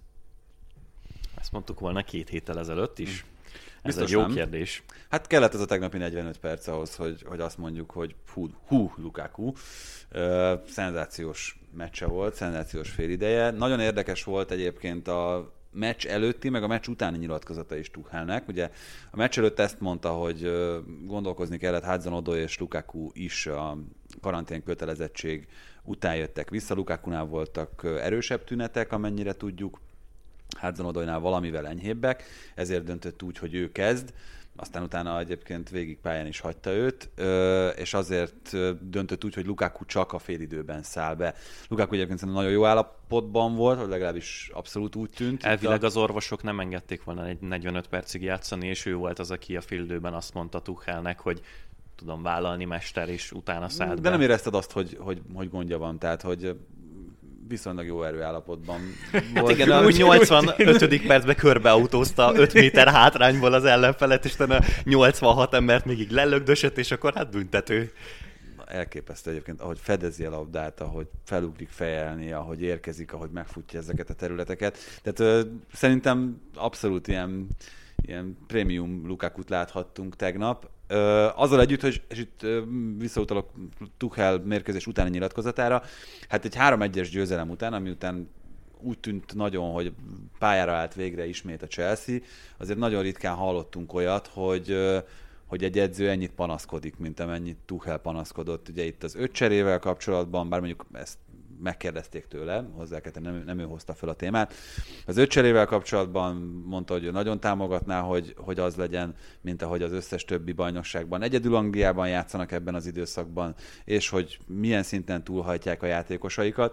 Ezt mondtuk volna két héttel ezelőtt is. Ez Biztos egy jó nem. kérdés. Hát kellett ez a tegnapi negyvenöt perc ahhoz, hogy, hogy azt mondjuk, hogy hú, hú Lukaku. Ö, szenzációs meccse volt, szenzációs félideje. Nagyon érdekes volt egyébként a meccs előtti, meg a meccs utáni nyilatkozata is Tuchelnek. Ugye a meccs előtt ezt mondta, hogy gondolkozni kellett, Hudson-Odoi és Lukaku is a karantén kötelezettség után jöttek vissza. Lukakunál voltak erősebb tünetek, amennyire tudjuk. Hudson-Odoinál valamivel enyhébbek, ezért döntött úgy, hogy ő kezd, aztán utána egyébként végig pályán is hagyta őt, és azért döntött úgy, hogy Lukaku csak a félidőben száll be. Lukaku egyébként szerintem nagyon jó állapotban volt, vagy legalábbis abszolút úgy tűnt. Elvileg az orvosok nem engedték volna egy negyvenöt percig játszani, és ő volt az, aki a félidőben azt mondta Tuchelnek, hogy tudom vállalni, mester, és utána szállt De be. nem érezted azt, hogy, hogy, hogy gondja van, tehát hogy viszonylag jó erőállapotban volt. Igen, a nyolcvanötödik percben körbeautózta öt méter hátrányból az ellenfelet, és a nyolcvanhat embert még így lelögdösött, és akkor hát büntető. Elképesztő egyébként, ahogy fedezi a labdát, ahogy felugrik fejelni, ahogy érkezik, ahogy megfutja ezeket a területeket. Tehát ö, szerintem abszolút ilyen, ilyen prémium Lukakut láthattunk tegnap. Ö, azzal együtt, hogy, és itt ö, visszautalok Tuchel mérkőzés utáni nyilatkozatára, hát egy három egyes győzelem után, ami után úgy tűnt nagyon, hogy pályára állt végre ismét a Chelsea, azért nagyon ritkán hallottunk olyat, hogy ö, hogy egy edző ennyit panaszkodik, mint amennyit Tuchel panaszkodott. Ugye itt az öt cserével kapcsolatban, bár mondjuk ezt megkérdezték tőle, hozzá kell, nem, nem ő hozta fel a témát. Az öt cserével kapcsolatban mondta, hogy ő nagyon támogatná, hogy, hogy az legyen, mint ahogy az összes többi bajnokságban. Egyedül Angliában játszanak ebben az időszakban, és hogy milyen szinten túlhajtják a játékosaikat.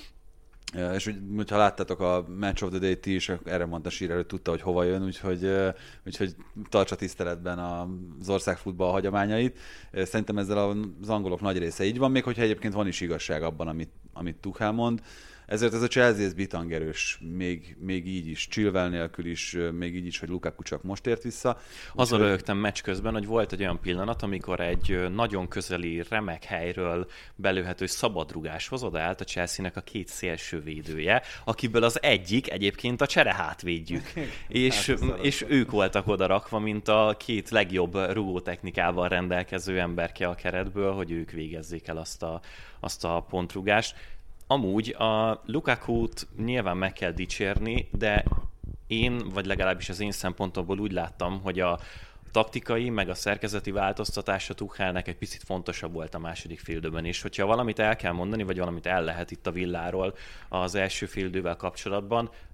És úgy, ha láttátok a Match of the Day ti is, erre mondta Shearer, hogy tudta, hogy hova jön, úgyhogy, úgyhogy tartsa tiszteletben az ország futball hagyományait. Szerintem ezzel az angolok nagy része így van, még hogyha egyébként van is igazság abban, amit, amit Tuchel mond. Ezért ez a Chelsea ez bitangerős, még, még így is, Chilwell nélkül is, még így is, hogy Lukaku csak most ért vissza. Azon röhögtem meccs közben, hogy volt egy olyan pillanat, amikor egy nagyon közeli, remek helyről belőhető szabadrugáshoz odaállt a Chelsea-nek a két szélső védője, akiből az egyik egyébként a cserehátvédjük. és, hát és ők voltak oda rakva, mint a két legjobb rugótechnikával rendelkező emberke a keretből, hogy ők végezzék el azt a, azt a pontrugást. Amúgy a Lukakut nyilván meg kell dicsérni, de én, vagy legalábbis az én szempontomból úgy láttam, hogy a taktikai, meg a szerkezeti változtatása Tuchelnek egy picit fontosabb volt a második félidőben, és hogyha valamit el kell mondani, vagy valamit el lehet itt a Villáról az első félidővel kapcsolatban,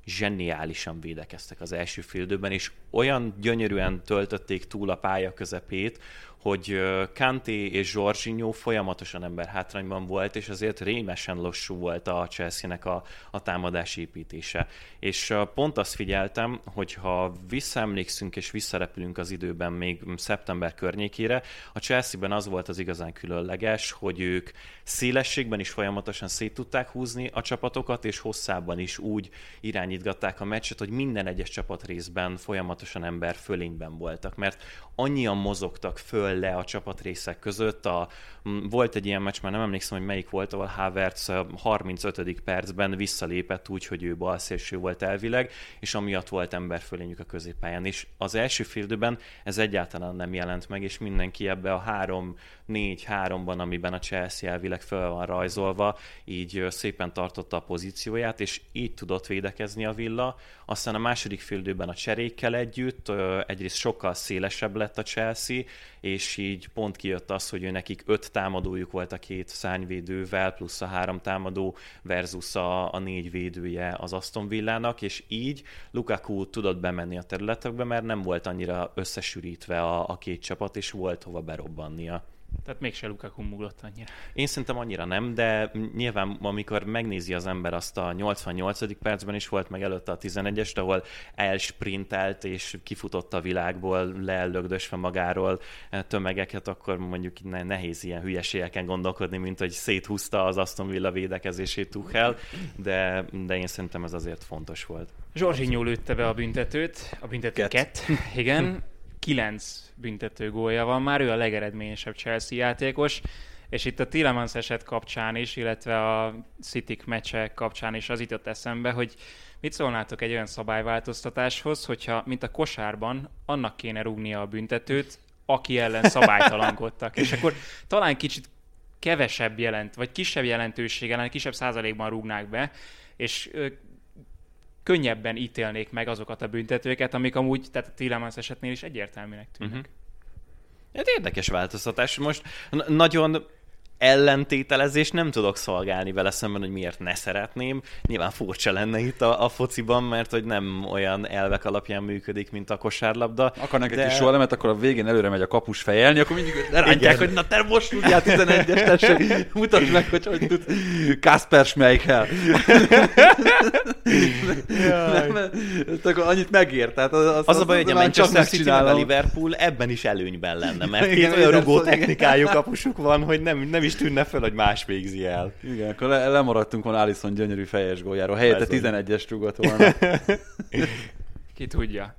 zseniálisan védekeztek az első fél időben, és olyan gyönyörűen töltötték túl a pálya közepét, hogy Kanté és Jorginho folyamatosan emberhátrányban volt, és azért rémesen lassú volt a Chelsea-nek a, a támadás építése. És pont azt figyeltem, hogy ha visszaemlékszünk és visszarepülünk az időben még szeptember környékére, a Chelsea-ben az volt az igazán különleges, hogy ők szélességben is folyamatosan szét tudták húzni a csapatokat, és hosszában is úgy irányítgatták a meccset, hogy minden egyes csapatrészben folyamatosan ember fölényben voltak, mert annyian mozogtak föl le a csapatrészek között. A, volt egy ilyen meccs, már nem emlékszem, hogy melyik volt, ahol Havertz a harmincötödik percben visszalépett úgy, hogy ő balszélső volt elvileg, és amiatt volt emberfölényük a középpályán. És az első fél időben ez egyáltalán nem jelent meg, és mindenki ebbe a három négy háromban, amiben a Chelsea elvileg fel van rajzolva, így szépen tartotta a pozícióját, és így tudott védekezni a Villa. Aztán a második fél időben a cserékkel együtt egyrészt sokkal szélesebb lett a Chelsea, és így pont kijött az, hogy ő nekik öt támadójuk volt a két szárnyvédővel, plusz a három támadó versus a, a négy védője az Aston Villának, és így Lukaku tudott bemenni a területekbe, mert nem volt annyira összesűrítve a, a két csapat, és volt hova berobbannia. Tehát mégse Lukaku múlott annyira. Én szerintem annyira nem, de nyilván amikor megnézi az ember azt a nyolcvannyolcadik percben is volt, meg előtte a tizenegyest, ahol elsprintelt és kifutott a világból, leellögdösve magáról tömegeket, akkor mondjuk nehéz ilyen hülyeségeken gondolkodni, mint hogy széthúzta az Aston Villa védekezését Tuchel, de, de én szerintem ez azért fontos volt. Jorginho lőtte be a büntetőt, a büntetőket, igen. Kilenc büntető gólja van már, ő a legeredményesebb Chelsea játékos, és itt a Tielemans eset kapcsán is, illetve a City meccse kapcsán is az jutott eszembe, hogy mit szólnátok egy olyan szabályváltoztatáshoz, hogyha, mint a kosárban, annak kéne rúgnia a büntetőt, aki ellen szabálytalankodtak. És akkor talán kicsit kevesebb jelent, vagy kisebb jelentősége lenne, kisebb százalékban rúgnák be, és könnyebben ítélnék meg azokat a büntetőket, amik amúgy, tehát a Tielemans esetnél is egyértelműnek tűnnek. Uh-huh. Hát érdekes változtatás. Most n- nagyon ellentételezés nem tudok szolgálni vele szemben, hogy miért ne szeretném. Nyilván furcsa lenne itt a, a fociban, mert hogy nem olyan elvek alapján működik, mint a kosárlabda. Akarnak de... egy kis sorlemet, akkor a végén előre megy a kapus fejelni, akkor mindig rántják, hogy na te most tudjál tizenegyes, tessék, mutasd meg, hogy hogy tud Kasper Schmeichel. Akkor annyit megér. Tehát az, az, az a baj, hogy a Manchester City a Liverpool ebben is előnyben lenne, mert két olyan rugó technikájú kapusuk van, hogy nem, nem is tűnne fel, hogy más végzi el. Igen, akkor le, lemaradtunk volna Alisson gyönyörű fejes góljáról. Helyette tizenegyes rúgott volna. Ki tudja.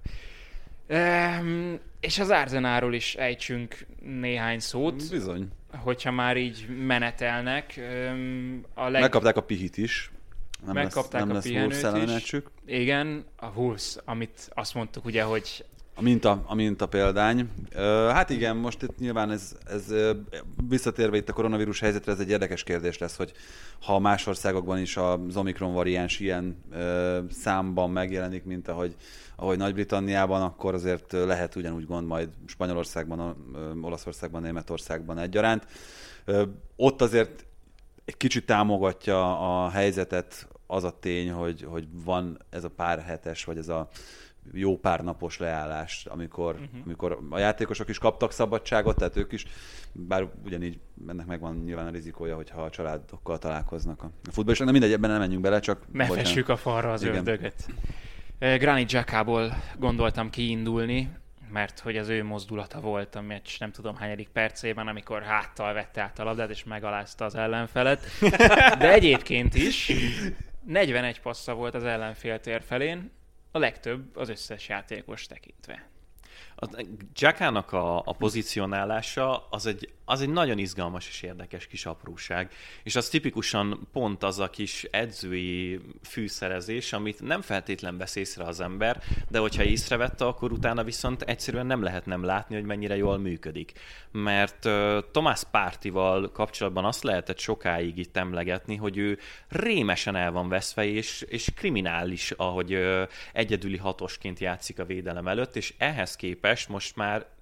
Ehm, és az Arsenalról is ejtsünk néhány szót. Bizony. Hogyha már így menetelnek. A leg... Megkapták a pihit is. Nem Megkapták lesz, nem a lesz pihenőt is. Igen, a Wolves, amit azt mondtuk ugye, hogy A minta, a minta példány. Hát igen, most itt nyilván ez, ez visszatérve itt a koronavírus helyzetre, ez egy érdekes kérdés lesz, hogy ha más országokban is az Omikron variáns ilyen számban megjelenik, mint ahogy, ahogy Nagy-Britanniában, akkor azért lehet ugyanúgy gond majd Spanyolországban, Olaszországban, Németországban egyaránt. Ott azért egy kicsit támogatja a helyzetet az a tény, hogy, hogy van ez a pár hetes, vagy ez a jó pár napos leállás, amikor, uh-huh. amikor a játékosok is kaptak szabadságot, tehát ők is, bár ugyanígy ennek megvan nyilván a rizikója, hogyha a családokkal találkoznak a futballosok. Nem mindegy, ebben nem menjünk bele, csak... Ne fessük a falra az ördögöt. Granit Xhakából gondoltam kiindulni, mert hogy az ő mozdulata volt a meccs nem tudom hányadik percében, amikor háttal vette át a labdát, és megalázta az ellenfelet. De egyébként is negyvenegy passza volt az ellenfél tér felén, a legtöbb az összes játékos tekintve. A Xhakának a, a pozícionálása az egy, az egy nagyon izgalmas és érdekes kis apróság, és az tipikusan pont az a kis edzői fűszerezés, amit nem feltétlen vesz észre az ember, de hogyha észrevette, akkor utána viszont egyszerűen nem lehet nem látni, hogy mennyire jól működik. Mert uh, Thomas Parteyval kapcsolatban azt lehetett sokáig itt emlegetni, hogy ő rémesen el van veszve, és, és kriminális, ahogy uh, egyedüli hatosként játszik a védelem előtt, és ehhez képest most már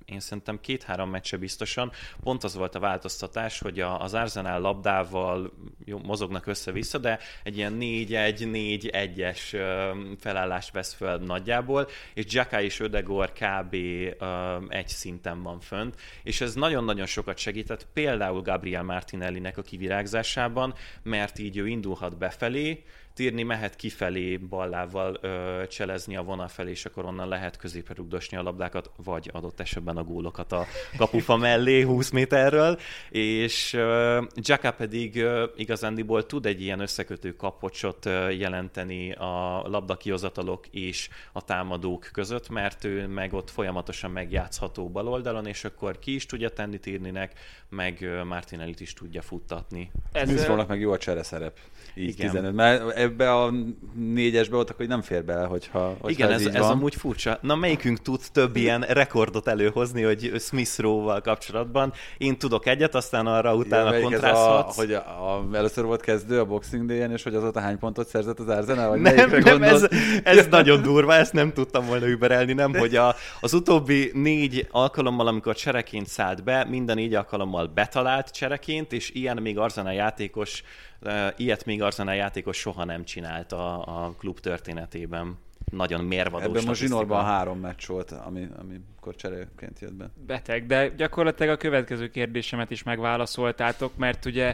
én szerintem két-három meccse biztosan. Pont az volt a változtatás, hogy a, az Arsenal labdával jó, mozognak össze-vissza, de egy ilyen négy egy négy egyes felállást vesz fel nagyjából, és Xhaka és Ödegaard kb. Egy szinten van fönt, és ez nagyon-nagyon sokat segített például Gabriel Martinellinek a kivirágzásában, mert így ő indulhat befelé, Tierney mehet kifelé ballával ö, cselezni a vonal felé, és akkor onnan lehet középre rugdosni a labdákat, vagy adott esetben a gólokat a kapufa mellé húsz méterről, és ö, Xhaka pedig ö, igazándiból tud egy ilyen összekötő kapocsot ö, jelenteni a labdakihozatalok és a támadók között, mert ő meg ott folyamatosan megjátszható bal oldalon, és akkor ki is tudja tenni Tierneynek, meg ö, Martinellit is tudja futtatni. Smith-Rowe-nak meg jó a csereszerep. Így tizenöt. Mert ebbe a négyesbe voltak, hogy nem fér bele, hogyha, hogyha igen, ez, ez, ez amúgy furcsa. Na, melyikünk tud több ilyen rekordot előhozni, hogy Smith-Rowe-val kapcsolatban? Én tudok egyet, aztán arra utána ja, kontraszthatsz. Hogy a, a, először volt kezdő a Boxing Day-en, és hogy azóta hány pontot szerzett az Arsenal? Vagy nem, nem ez, ez nagyon durva, ezt nem tudtam volna überelni, nem, hogy a, az utóbbi négy alkalommal, amikor csereként szállt be, minden négy alkalommal betalált csereként, és ilyen még Arsenal játékos Uh, ilyet még Arsenal játékos soha nem csinált a, a klub történetében. Nagyon mérvadó statisztika. Ebben most zsinórban három meccs volt, ami, amikor cseréként jött be. Beteg, de gyakorlatilag a következő kérdésemet is megválaszoltátok, mert ugye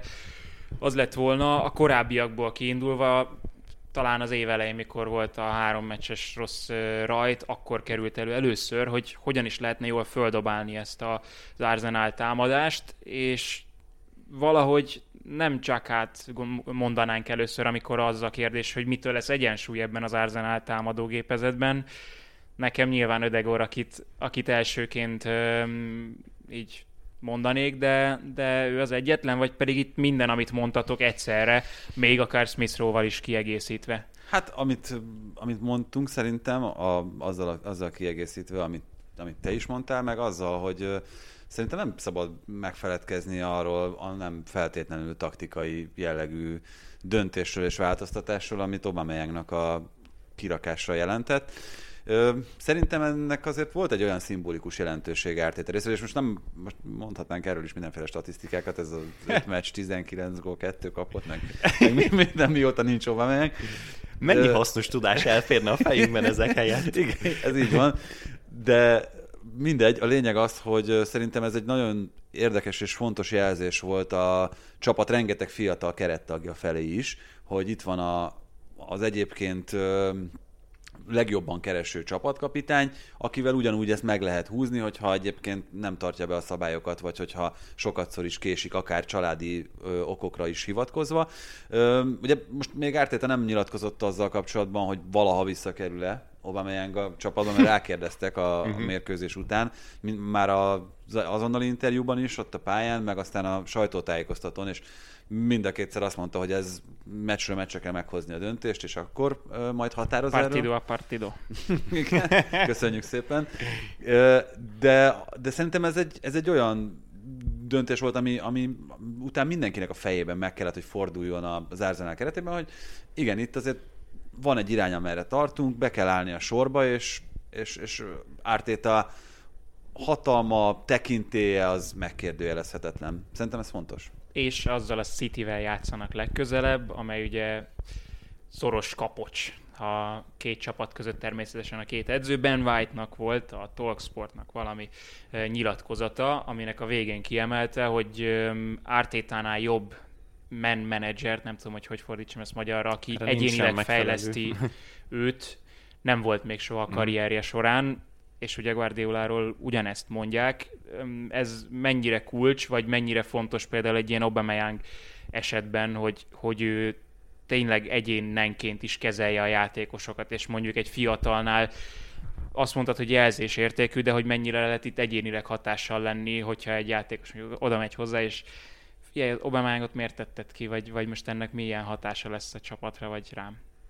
az lett volna a korábbiakból kiindulva, talán az év elején, mikor volt a három meccses rossz rajt, akkor került elő először, hogy hogyan is lehetne jól földobálni ezt az Arsenal támadást, és valahogy nem csak át mondanánk először, amikor az a kérdés, hogy mitől lesz egyensúly ebben az Arsenal támadógépezetben. Nekem nyilván Ödegaard, akit, akit elsőként öm, így mondanék, de, de ő az egyetlen, vagy pedig itt minden, amit mondtatok egyszerre, még akár Smith-Rowe-val is kiegészítve. Hát, amit, amit mondtunk szerintem, a, azzal, azzal kiegészítve, amit, amit te is mondtál, meg azzal, hogy szerintem nem szabad megfeledkezni arról a nem feltétlenül taktikai jellegű döntésről és változtatásról, amit Aubameyangnak a kirakásra jelentett. Szerintem ennek azért volt egy olyan szimbolikus jelentőség Arteta részéről, és most nem most mondhatnánk erről is mindenféle statisztikákat, ez az öt meccs, tizenkilenc gól, kettő kapott, meg, meg minden mióta nincs Aubameyang. Mennyi hasznos tudás elférne a fejünkben ezek helyett? Igen, ez így van, de mindegy, a lényeg az, hogy szerintem ez egy nagyon érdekes és fontos jelzés volt a csapat rengeteg fiatal kerettagja felé is, hogy itt van a, az egyébként legjobban kereső csapatkapitány, akivel ugyanúgy ezt meg lehet húzni, hogyha egyébként nem tartja be a szabályokat, vagy hogyha sokatszor is késik, akár családi ö, okokra is hivatkozva. Ö, ugye most még Arteta nem nyilatkozott azzal kapcsolatban, hogy valaha visszakerül-e Aubameyang a csapatban, mert rákérdeztek a, a mérkőzés után, már az azonnali interjúban is, ott a pályán, meg aztán a sajtótájékoztatón, és mind a kétszer azt mondta, hogy ez meccsről meccsre kell meghozni a döntést, és akkor uh, majd határoz partido erről. a partido. Igen, köszönjük szépen. Uh, de, de szerintem ez egy, ez egy olyan döntés volt, ami, ami után mindenkinek a fejében meg kellett, hogy forduljon az Arsenal keretében, hogy igen, itt azért van egy irány, amerre tartunk, be kell állni a sorba, és, és, és Arteta hatalma, tekintélye az megkérdőjelezhetetlen. Szerintem ez fontos. És azzal a Cityvel játszanak legközelebb, amely ugye szoros kapocs a két csapat között, természetesen a két edző. Ben White-nak volt a Talksportnak valami nyilatkozata, aminek a végén kiemelte, hogy Artetánál jobb man menedzsert, nem tudom, hogy hogy fordítsam ezt magyarra, aki erre egyénileg fejleszti őt, nem volt még soha a karrierje során, és ugye Guardioláról ugyanezt mondják. Ez mennyire kulcs, vagy mennyire fontos például egy ilyen Aubameyang esetben, hogy, hogy ő tényleg egyénenként is kezelje a játékosokat, és mondjuk egy fiatalnál azt mondtad, hogy jelzésértékű, de hogy mennyire lehet itt egyénileg hatással lenni, hogyha egy játékos oda megy hozzá, és figyelj, Aubameyangot miért tetted ki, vagy, vagy most ennek milyen hatása lesz a csapatra, vagy rám?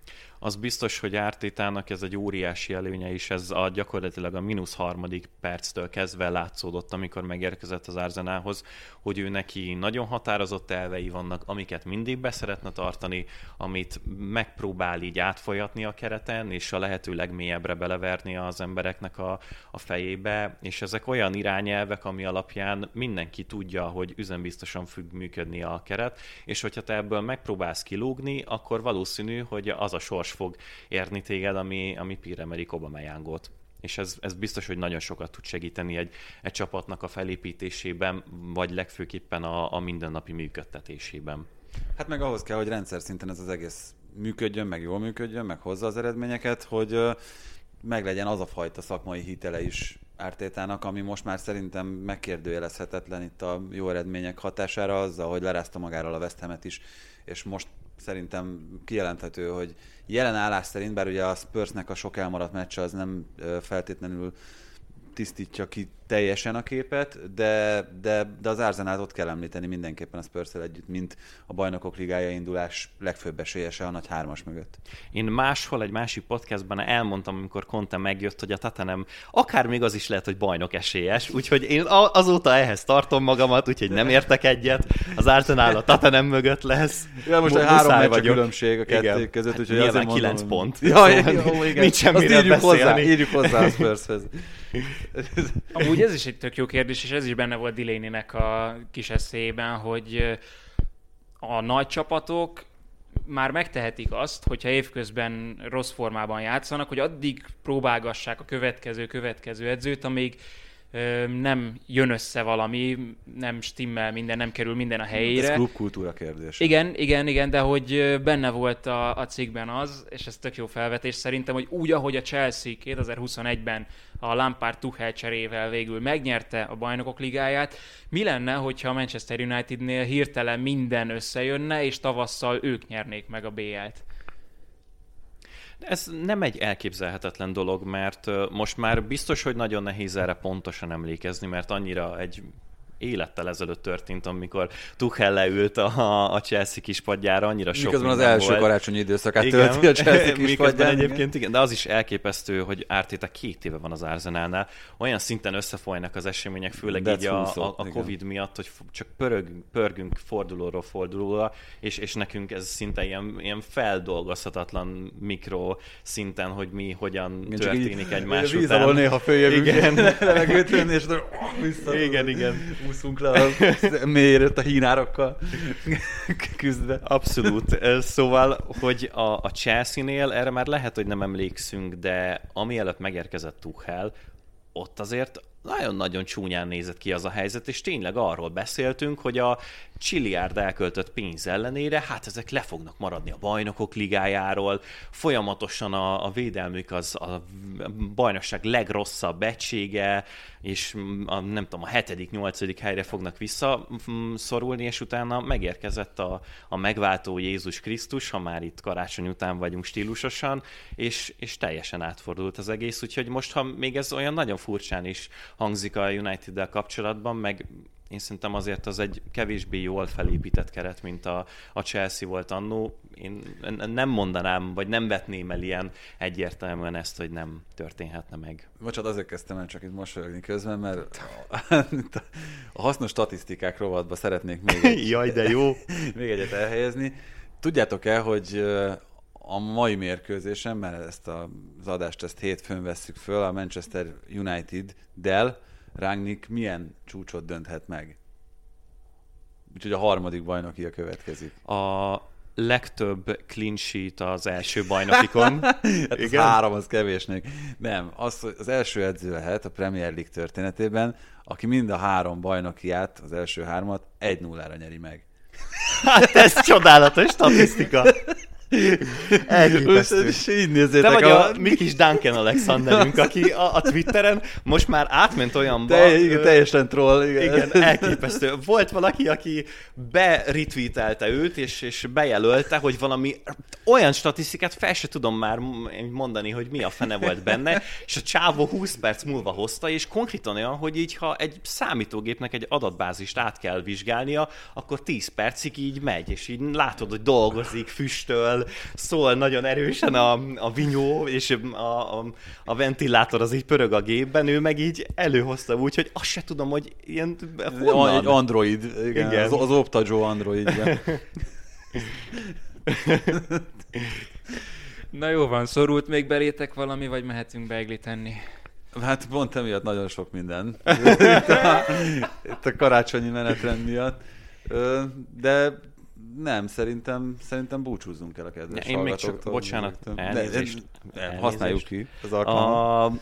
Az biztos, hogy Artétának ez egy óriási előnye is, ez a gyakorlatilag a mínusz harmadik perctől kezdve látszódott, amikor megérkezett az Arsenalhoz, hogy ő neki nagyon határozott elvei vannak, amiket mindig be szeretne tartani, amit megpróbál így átfolyatni a kereten, és a lehető legmélyebbre beleverni az embereknek a, a fejébe, és ezek olyan irányelvek, ami alapján mindenki tudja, hogy üzenbiztosan fog működni a keret, és hogyha te ebből megpróbálsz kilógni, akkor valószínű, hogy az a sors fog érni téged, ami, ami Pierre-Emerick Aubameyangot. És ez, ez biztos, hogy nagyon sokat tud segíteni egy, egy csapatnak a felépítésében, vagy legfőképpen a, a mindennapi működtetésében. Hát meg ahhoz kell, hogy rendszer szinten ez az egész működjön, meg jól működjön, meg hozza az eredményeket, hogy meglegyen az a fajta szakmai hitele is Artétának, ami most már szerintem megkérdőjelezhetetlen itt a jó eredmények hatására, azzal, hogy lerázta magáról a West Hamet is, és most szerintem kijelenthető, hogy jelen állás szerint, bár ugye a Spursnek a sok elmaradt meccse az nem feltétlenül tisztítja ki teljesen a képet, de, de, de az Arsenalt ott kell említeni mindenképpen a Spurs-szel együtt, mint a Bajnokok Ligája indulás legfőbb esélyese a nagy hármas mögött. Én máshol, egy másik podcastban elmondtam, amikor Conte megjött, hogy a Tottenham akár még az is lehet, hogy bajnok esélyes, úgyhogy én azóta ehhez tartom magamat, úgyhogy nem értek egyet. Az Arsenal a Tottenham mögött lesz. Ja, most a három meccs a különbség a kettő között, úgyhogy hát azért mondom, kilenc pont. Ja, szóval jó, igen. Nincs semmiről beszélni. Hozzá, írjuk hozzá a Spurshez. Amúgy ez is egy tök jó kérdés, és ez is benne volt Delaney-nek a kis eszélyében, hogy a nagy csapatok már megtehetik azt, hogyha évközben rossz formában játszanak, hogy addig próbálgassák a következő, következő edzőt, amíg nem jön össze valami, nem stimmel minden, nem kerül minden a helyére. Ez klubkultúra kérdés. Igen, igen, igen, de hogy benne volt a, a cikkben az, és ez tök jó felvetés szerintem, hogy úgy, ahogy a Chelsea kétezer-huszonegyben a Lampard-Tuchel cserével végül megnyerte a Bajnokok Ligáját, mi lenne, hogyha a Manchester Unitednél hirtelen minden összejönne, és tavasszal ők nyernék meg a bé el-t? Ez nem egy elképzelhetetlen dolog, mert most már biztos, hogy nagyon nehéz erre pontosan emlékezni, mert annyira egy élettel ezelőtt történt, amikor Tuchel leült a, a Chelsea kispadjára, annyira sok miközben az első volt. Karácsonyi időszakát tölti a Chelsea kispadján. Egyébként igen, de az is elképesztő, hogy Arteta két éve van az Arsenalnál. Olyan szinten összefolynak az események, főleg That's így a, a, a Covid igen. miatt, hogy csak pörögünk, pörgünk fordulóról fordulóra, és, és nekünk ez szinte ilyen, ilyen feldolgozhatatlan mikro szinten, hogy mi hogyan igen, történik egymás után. Víz néha följövünk, igen. levegőt venni, és vissza. Igen, igen. Úszunk le a mélyre a hínárokkal küzdve. Abszolút. Szóval, hogy a, a Chelsea-nél erre már lehet, hogy nem emlékszünk, de ami előtt megérkezett Tuchel, ott azért nagyon-nagyon csúnyán nézett ki az a helyzet, és tényleg arról beszéltünk, hogy a csilliárd elköltött pénz ellenére, hát ezek le fognak maradni a Bajnokok Ligájáról, folyamatosan a, a védelmük az a bajnokság legrosszabb egysége, és a, nem tudom, a hetedik, nyolcadik helyre fognak visszaszorulni, és utána megérkezett a, a megváltó Jézus Krisztus, ha már itt karácsony után vagyunk stílusosan, és, és teljesen átfordult az egész, úgyhogy most, ha még ez olyan nagyon furcsán is hangzik a United-del kapcsolatban, meg én szerintem azért az egy kevésbé jól felépített keret, mint a, a Chelsea volt annó. Én nem mondanám, vagy nem vetném el ilyen egyértelműen ezt, hogy nem történhetne meg. Bocsánat, azért kezdtem el csak itt mosolyogni közben, mert a hasznos statisztikák rovatba szeretnék még egy, Jaj, de jó. még egyet elhelyezni. Tudjátok-e, hogy a mai mérkőzésen, mert ezt az adást ezt hétfőn vesszük föl, a Manchester United-del Rangnick milyen csúcsot dönthet meg? Úgyhogy a harmadik bajnokia következik. A legtöbb clean sheet az első bajnokikon. Hát az három, az kevésnek. Nem, az, az első edző lehet a Premier League történetében, aki mind a három bajnokiát, az első hármat egy nullára nyeri meg. Hát ez csodálatos statisztika. Elképesztő. Így nézzétek. Te vagy a, a mi kis Duncan Alexanderünk, aki a, a Twitteren most már átment olyanba. Te, igen, teljesen troll. Igen. igen, elképesztő. Volt valaki, aki beretweetelte őt, és, és bejelölte, hogy valami olyan statisztikát fel se tudom már mondani, hogy mi a fene volt benne, és a csávó húsz perc múlva hozta, és konkrétan olyan, hogy így, ha egy számítógépnek egy adatbázist át kell vizsgálnia, akkor tíz percig így megy, és így látod, hogy dolgozik, füstöl, szól, szól nagyon erősen a, a vinyó, és a, a, a ventilátor az így pörög a gépben, ő meg így előhozta úgy, hogy azt se tudom, hogy ilyen... Honnan? Egy Android, igen, igen. Az, az Optajo Android, igen. Na jó van, szorult még belétek valami, vagy mehetünk beiglit tenni? Hát pont emiatt nagyon sok minden. Itt a, itt a karácsonyi menetrend miatt. De nem, szerintem, szerintem búcsúzzunk el a kedves Én még csak, bocsánat, elnézést. Használjuk ki az alkalmat.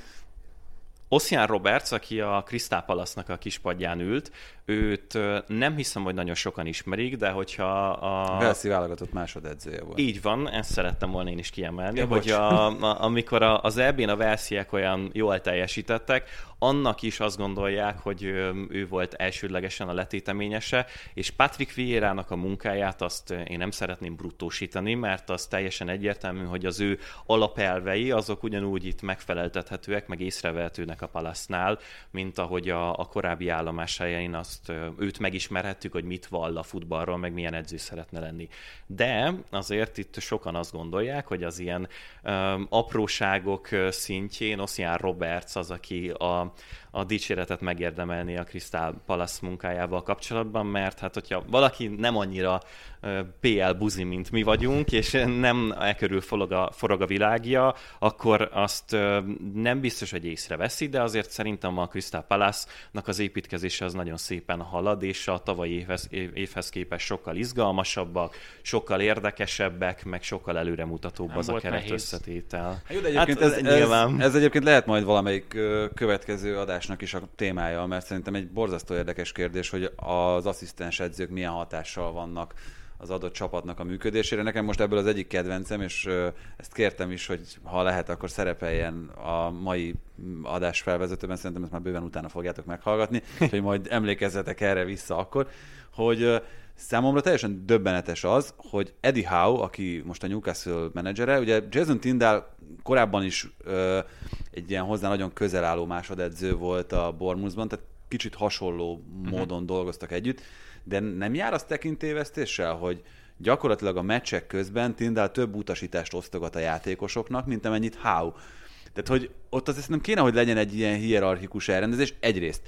Ossian Roberts, aki a Crystal Palace-nak a kispadján ült, őt nem hiszem, hogy nagyon sokan ismerik, de hogyha a... Velszi válogatott másodedzője volt. Így van, ezt szerettem volna én is kiemelni, ja, hogy a, a, amikor a, az é bén a velsziek olyan jól teljesítettek, annak is azt gondolják, hogy ő, ő volt elsődlegesen a letéteményese, és Patrick Vieira-nak a munkáját azt én nem szeretném bruttósítani, mert az teljesen egyértelmű, hogy az ő alapelvei azok ugyanúgy itt megfeleltethetőek, meg észrevehetőnek a Palace-nál, mint ahogy a, a korábbi állomáshelyein azt őt megismerhettük, hogy mit vall a futballról, meg milyen edző szeretne lenni. De azért itt sokan azt gondolják, hogy az ilyen um, apróságok szintjén Ossian Roberts az, aki a, a dicséretet megérdemelni a Crystal Palace munkájával kapcsolatban, mert hát hogyha valaki nem annyira uh, pé el buzi, mint mi vagyunk, és nem e körül forog a, forog a világja, akkor azt uh, nem biztos, hogy észreveszi, de azért szerintem a Crystal Palace-nak az építkezése az nagyon szépen halad, és a tavalyi évhez, évhez képest sokkal izgalmasabbak, sokkal érdekesebbek, meg sokkal előremutatóbb nem az a keret nehéz. Összetétel. Hát, jó, de egyébként hát, ez, ez, ez egyébként lehet majd valamelyik következő adásnak is a témája, mert szerintem egy borzasztó érdekes kérdés, hogy az asszisztens edzők milyen hatással vannak az adott csapatnak a működésére. Nekem most ebből az egyik kedvencem, és ezt kértem is, hogy ha lehet, akkor szerepeljen a mai adásfelvezetőben, szerintem ezt már bőven utána fogjátok meghallgatni, hogy majd emlékezzetek erre vissza akkor, hogy számomra teljesen döbbenetes az, hogy Eddie Howe, aki most a Newcastle menedzsere, ugye Jason Tindall korábban is ö, egy ilyen hozzá nagyon közel álló másodedző volt a Bournemouthban, tehát kicsit hasonló módon uh-huh. dolgoztak együtt, de nem jár az tekintélyvesztéssel, hogy gyakorlatilag a meccsek közben Tindall több utasítást osztogat a játékosoknak, mint amennyit Howe. Tehát, hogy ott azért nem kéne, hogy legyen egy ilyen hierarchikus elrendezés, egyrészt.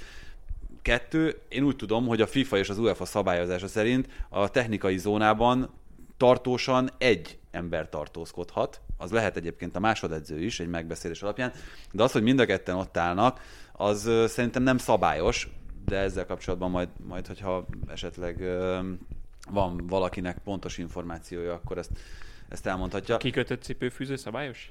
Kettő, én úgy tudom, hogy a FIFA és az UEFA szabályozása szerint a technikai zónában tartósan egy ember tartózkodhat, az lehet egyébként a másodedző is egy megbeszélés alapján, de az, hogy mind a ketten ott állnak, az szerintem nem szabályos, de ezzel kapcsolatban majd, majd hogyha esetleg van valakinek pontos információja, akkor ezt, ezt elmondhatja. Kikötött cipőfűző szabályos?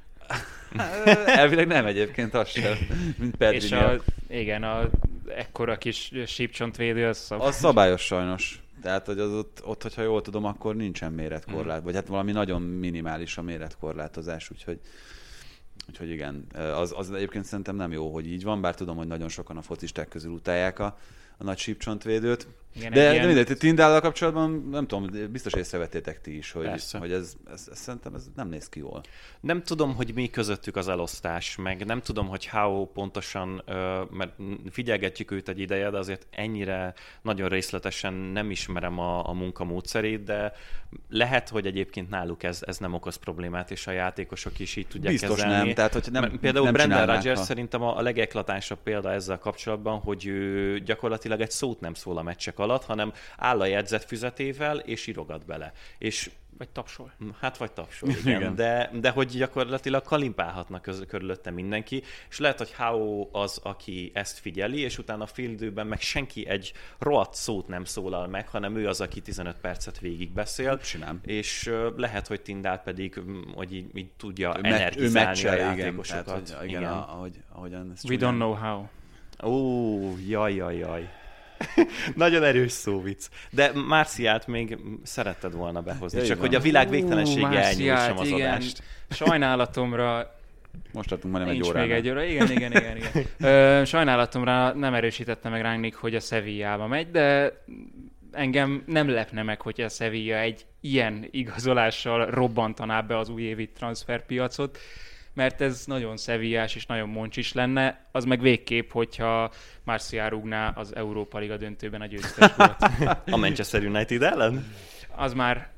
Elvileg nem egyébként, az sem, mint Pedri. És a, igen, a ekkora kis sípcsontvédő az szabályos. Az szabályos sajnos. Tehát, hogy az ott, ott, hogyha jól tudom, akkor nincsen méretkorlát, mm. vagy hát valami nagyon minimális a méretkorlátozás, úgyhogy, úgyhogy igen, az, az egyébként szerintem nem jó, hogy így van, bár tudom, hogy nagyon sokan a focisták közül utálják a, a nagy sípcsontvédőt. Igen, de, de mindegy, Tindállal kapcsolatban nem tudom, biztos észrevettétek ti is, hogy, hogy ez, ez, ez szerintem ez nem néz ki jól. Nem tudom, hogy mi közöttük az elosztás, meg nem tudom, hogy Howe pontosan, mert figyelgetjük őt egy ideje, de azért ennyire nagyon részletesen nem ismerem a, a munkamódszerét, de lehet, hogy egyébként náluk ez, ez nem okoz problémát, és a játékosok is így tudják biztos kezelni. Biztos nem, tehát hogy nem, például nem Brendan Rodgers ha... szerintem a, a legeklatánsabb példa ezzel kapcsolatban, hogy ő gyakorlatilag egy szót nem szól a meccsek alatt, hanem áll a jegyzetfüzetével, és írogat bele. És vagy tapsol. Hát vagy tapsol, igen. igen. De, de hogy gyakorlatilag kalimpálhatnak köz, körülötte mindenki, és lehet, hogy Howe az, aki ezt figyeli, és utána fél időben meg senki egy rohadt szót nem szólal meg, hanem ő az, aki tizenöt percet végigbeszél. Simán. És lehet, hogy Tindall pedig, hogy így, így tudja ő energizálni me- a játékosokat. Igen, tehát, hogy, igen, igen. Ahogy, ahogyan We don't know how. Ó, jaj, jaj, jaj. Nagyon erős szóvic. De Marcialt még szeretted volna behozni, ja, csak van. Hogy a világ végtelensége elnyújtsam az igen. adást. Sajnálatomra most tartunk majdnem egy órára. Még egy óra. Igen, igen, igen. igen. Ö, sajnálatomra nem erősítette meg Rangnick, hogy a Sevillába megy, de engem nem lepne meg, hogy a Sevilla egy ilyen igazolással robbantaná be az újévi transferpiacot, mert ez nagyon szevillás és nagyon moncsis lenne, az meg végképp, hogyha Martial rúgná az Európa Liga döntőben a győztes volt. A Manchester United ellen? Az már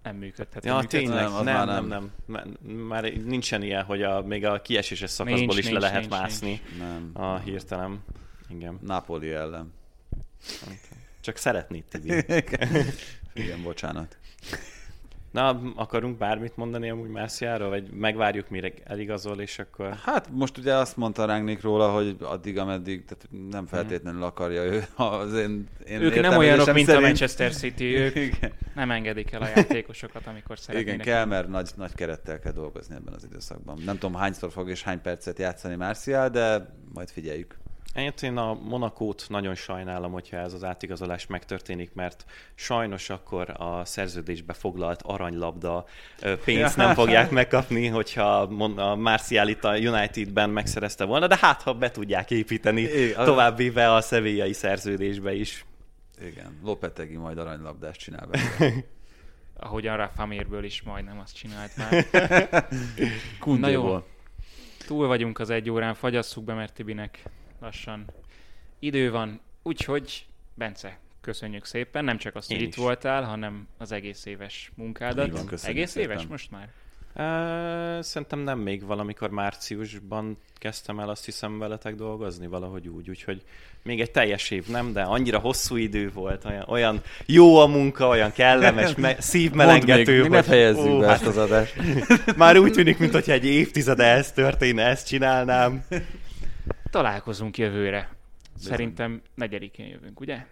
nem működhet. Ja, tényleg, nem, nem, nem, nem, nem, nem. Már nincsen ilyen, hogy a, még a kieséses szakaszból nincs, is nincs, le lehet nincs, mászni Nem. a hirtelen. Igen. Napoli ellen. Csak szeretnéd, Tibi. Igen, bocsánat. Na, akarunk bármit mondani amúgy Marcialról, vagy megvárjuk, mire eligazol, és akkor... Hát most ugye azt mondta Rangnick róla, hogy addig, ameddig, tehát nem feltétlenül akarja ő. Az én, én ők nem olyanok, mint szerint... a Manchester City, ők Igen. nem engedik el a játékosokat, amikor szeretnének. Igen, kell, mert nagy, nagy kerettel kell dolgozni ebben az időszakban. Nem tudom, hányszor fog és hány percet játszani Martial, de majd figyeljük. Én a Monakót nagyon sajnálom, hogyha ez az átigazolás megtörténik, mert sajnos akkor a szerződésbe foglalt aranylabda pénzt nem fogják megkapni, hogyha a Martial itt a Unitedben megszerezte volna, de hát ha be tudják építeni Igen. tovább véve a szevillai szerződésbe is. Igen, Lopetegi majd aranylabdást csinál belőle. Ahogyan Rafa Mirből is majdnem azt csinált már. Na jó, túl vagyunk az egy órán, fagyasszuk be, mert Tibinek lassan idő van. Úgyhogy, Bence, köszönjük szépen, nem csak azt, hogy Én itt is. voltál, hanem az egész éves munkádat. Így van, köszönjük egész szépen. éves most már? Uh, szerintem nem, még valamikor márciusban kezdtem el, azt hiszem, veletek dolgozni, valahogy úgy, úgyhogy még egy teljes év nem, de annyira hosszú idő volt, olyan, olyan jó a munka, olyan kellemes, me- szívmelengető. Mondd még, ne fejezzük ó, be hát ezt az adást. már úgy tűnik, mintha egy évtizede ez történne, ezt csinálnám. Találkozunk jövőre. Szerintem negyedikén jövünk, ugye?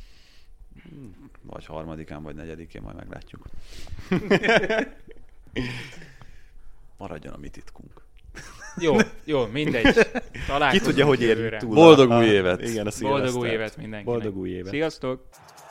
Vagy harmadikán, vagy negyedikén, majd meglátjuk. Maradjon a mi titkunk. Jó, jó, mindegy. Találkozunk Ki tudja, hogy jövőre. érjük túl. Boldog a, új a, évet! Igen, a Boldog új szilvesztert. évet mindenkinek. Boldog új évet! Sziasztok!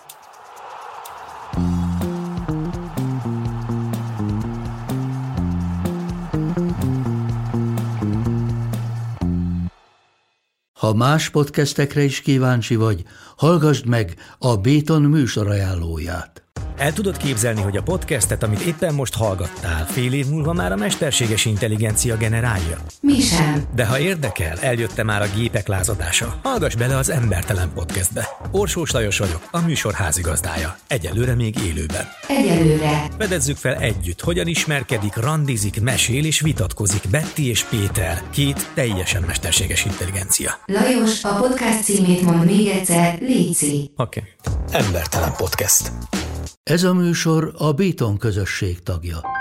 Ha más podcastekre is kíváncsi vagy, hallgassd meg a Béton műsor ajánlóját. El tudod képzelni, hogy a podcastet, amit éppen most hallgattál, fél év múlva már a mesterséges intelligencia generálja? Mi sem. De ha érdekel, eljötte már a gépek lázadása. Hallgass bele az Embertelen Podcastbe. Orsós Lajos vagyok, a műsor házigazdája. Egyelőre még élőben. Egyelőre. Fedezzük fel együtt, hogyan ismerkedik, randizik, mesél és vitatkozik Betty és Péter, két teljesen mesterséges intelligencia. Lajos, a podcast címét mond még egyszer, léci. Oké. Okay. Embertelen Podcast. Ez a műsor a Béton közösség tagja.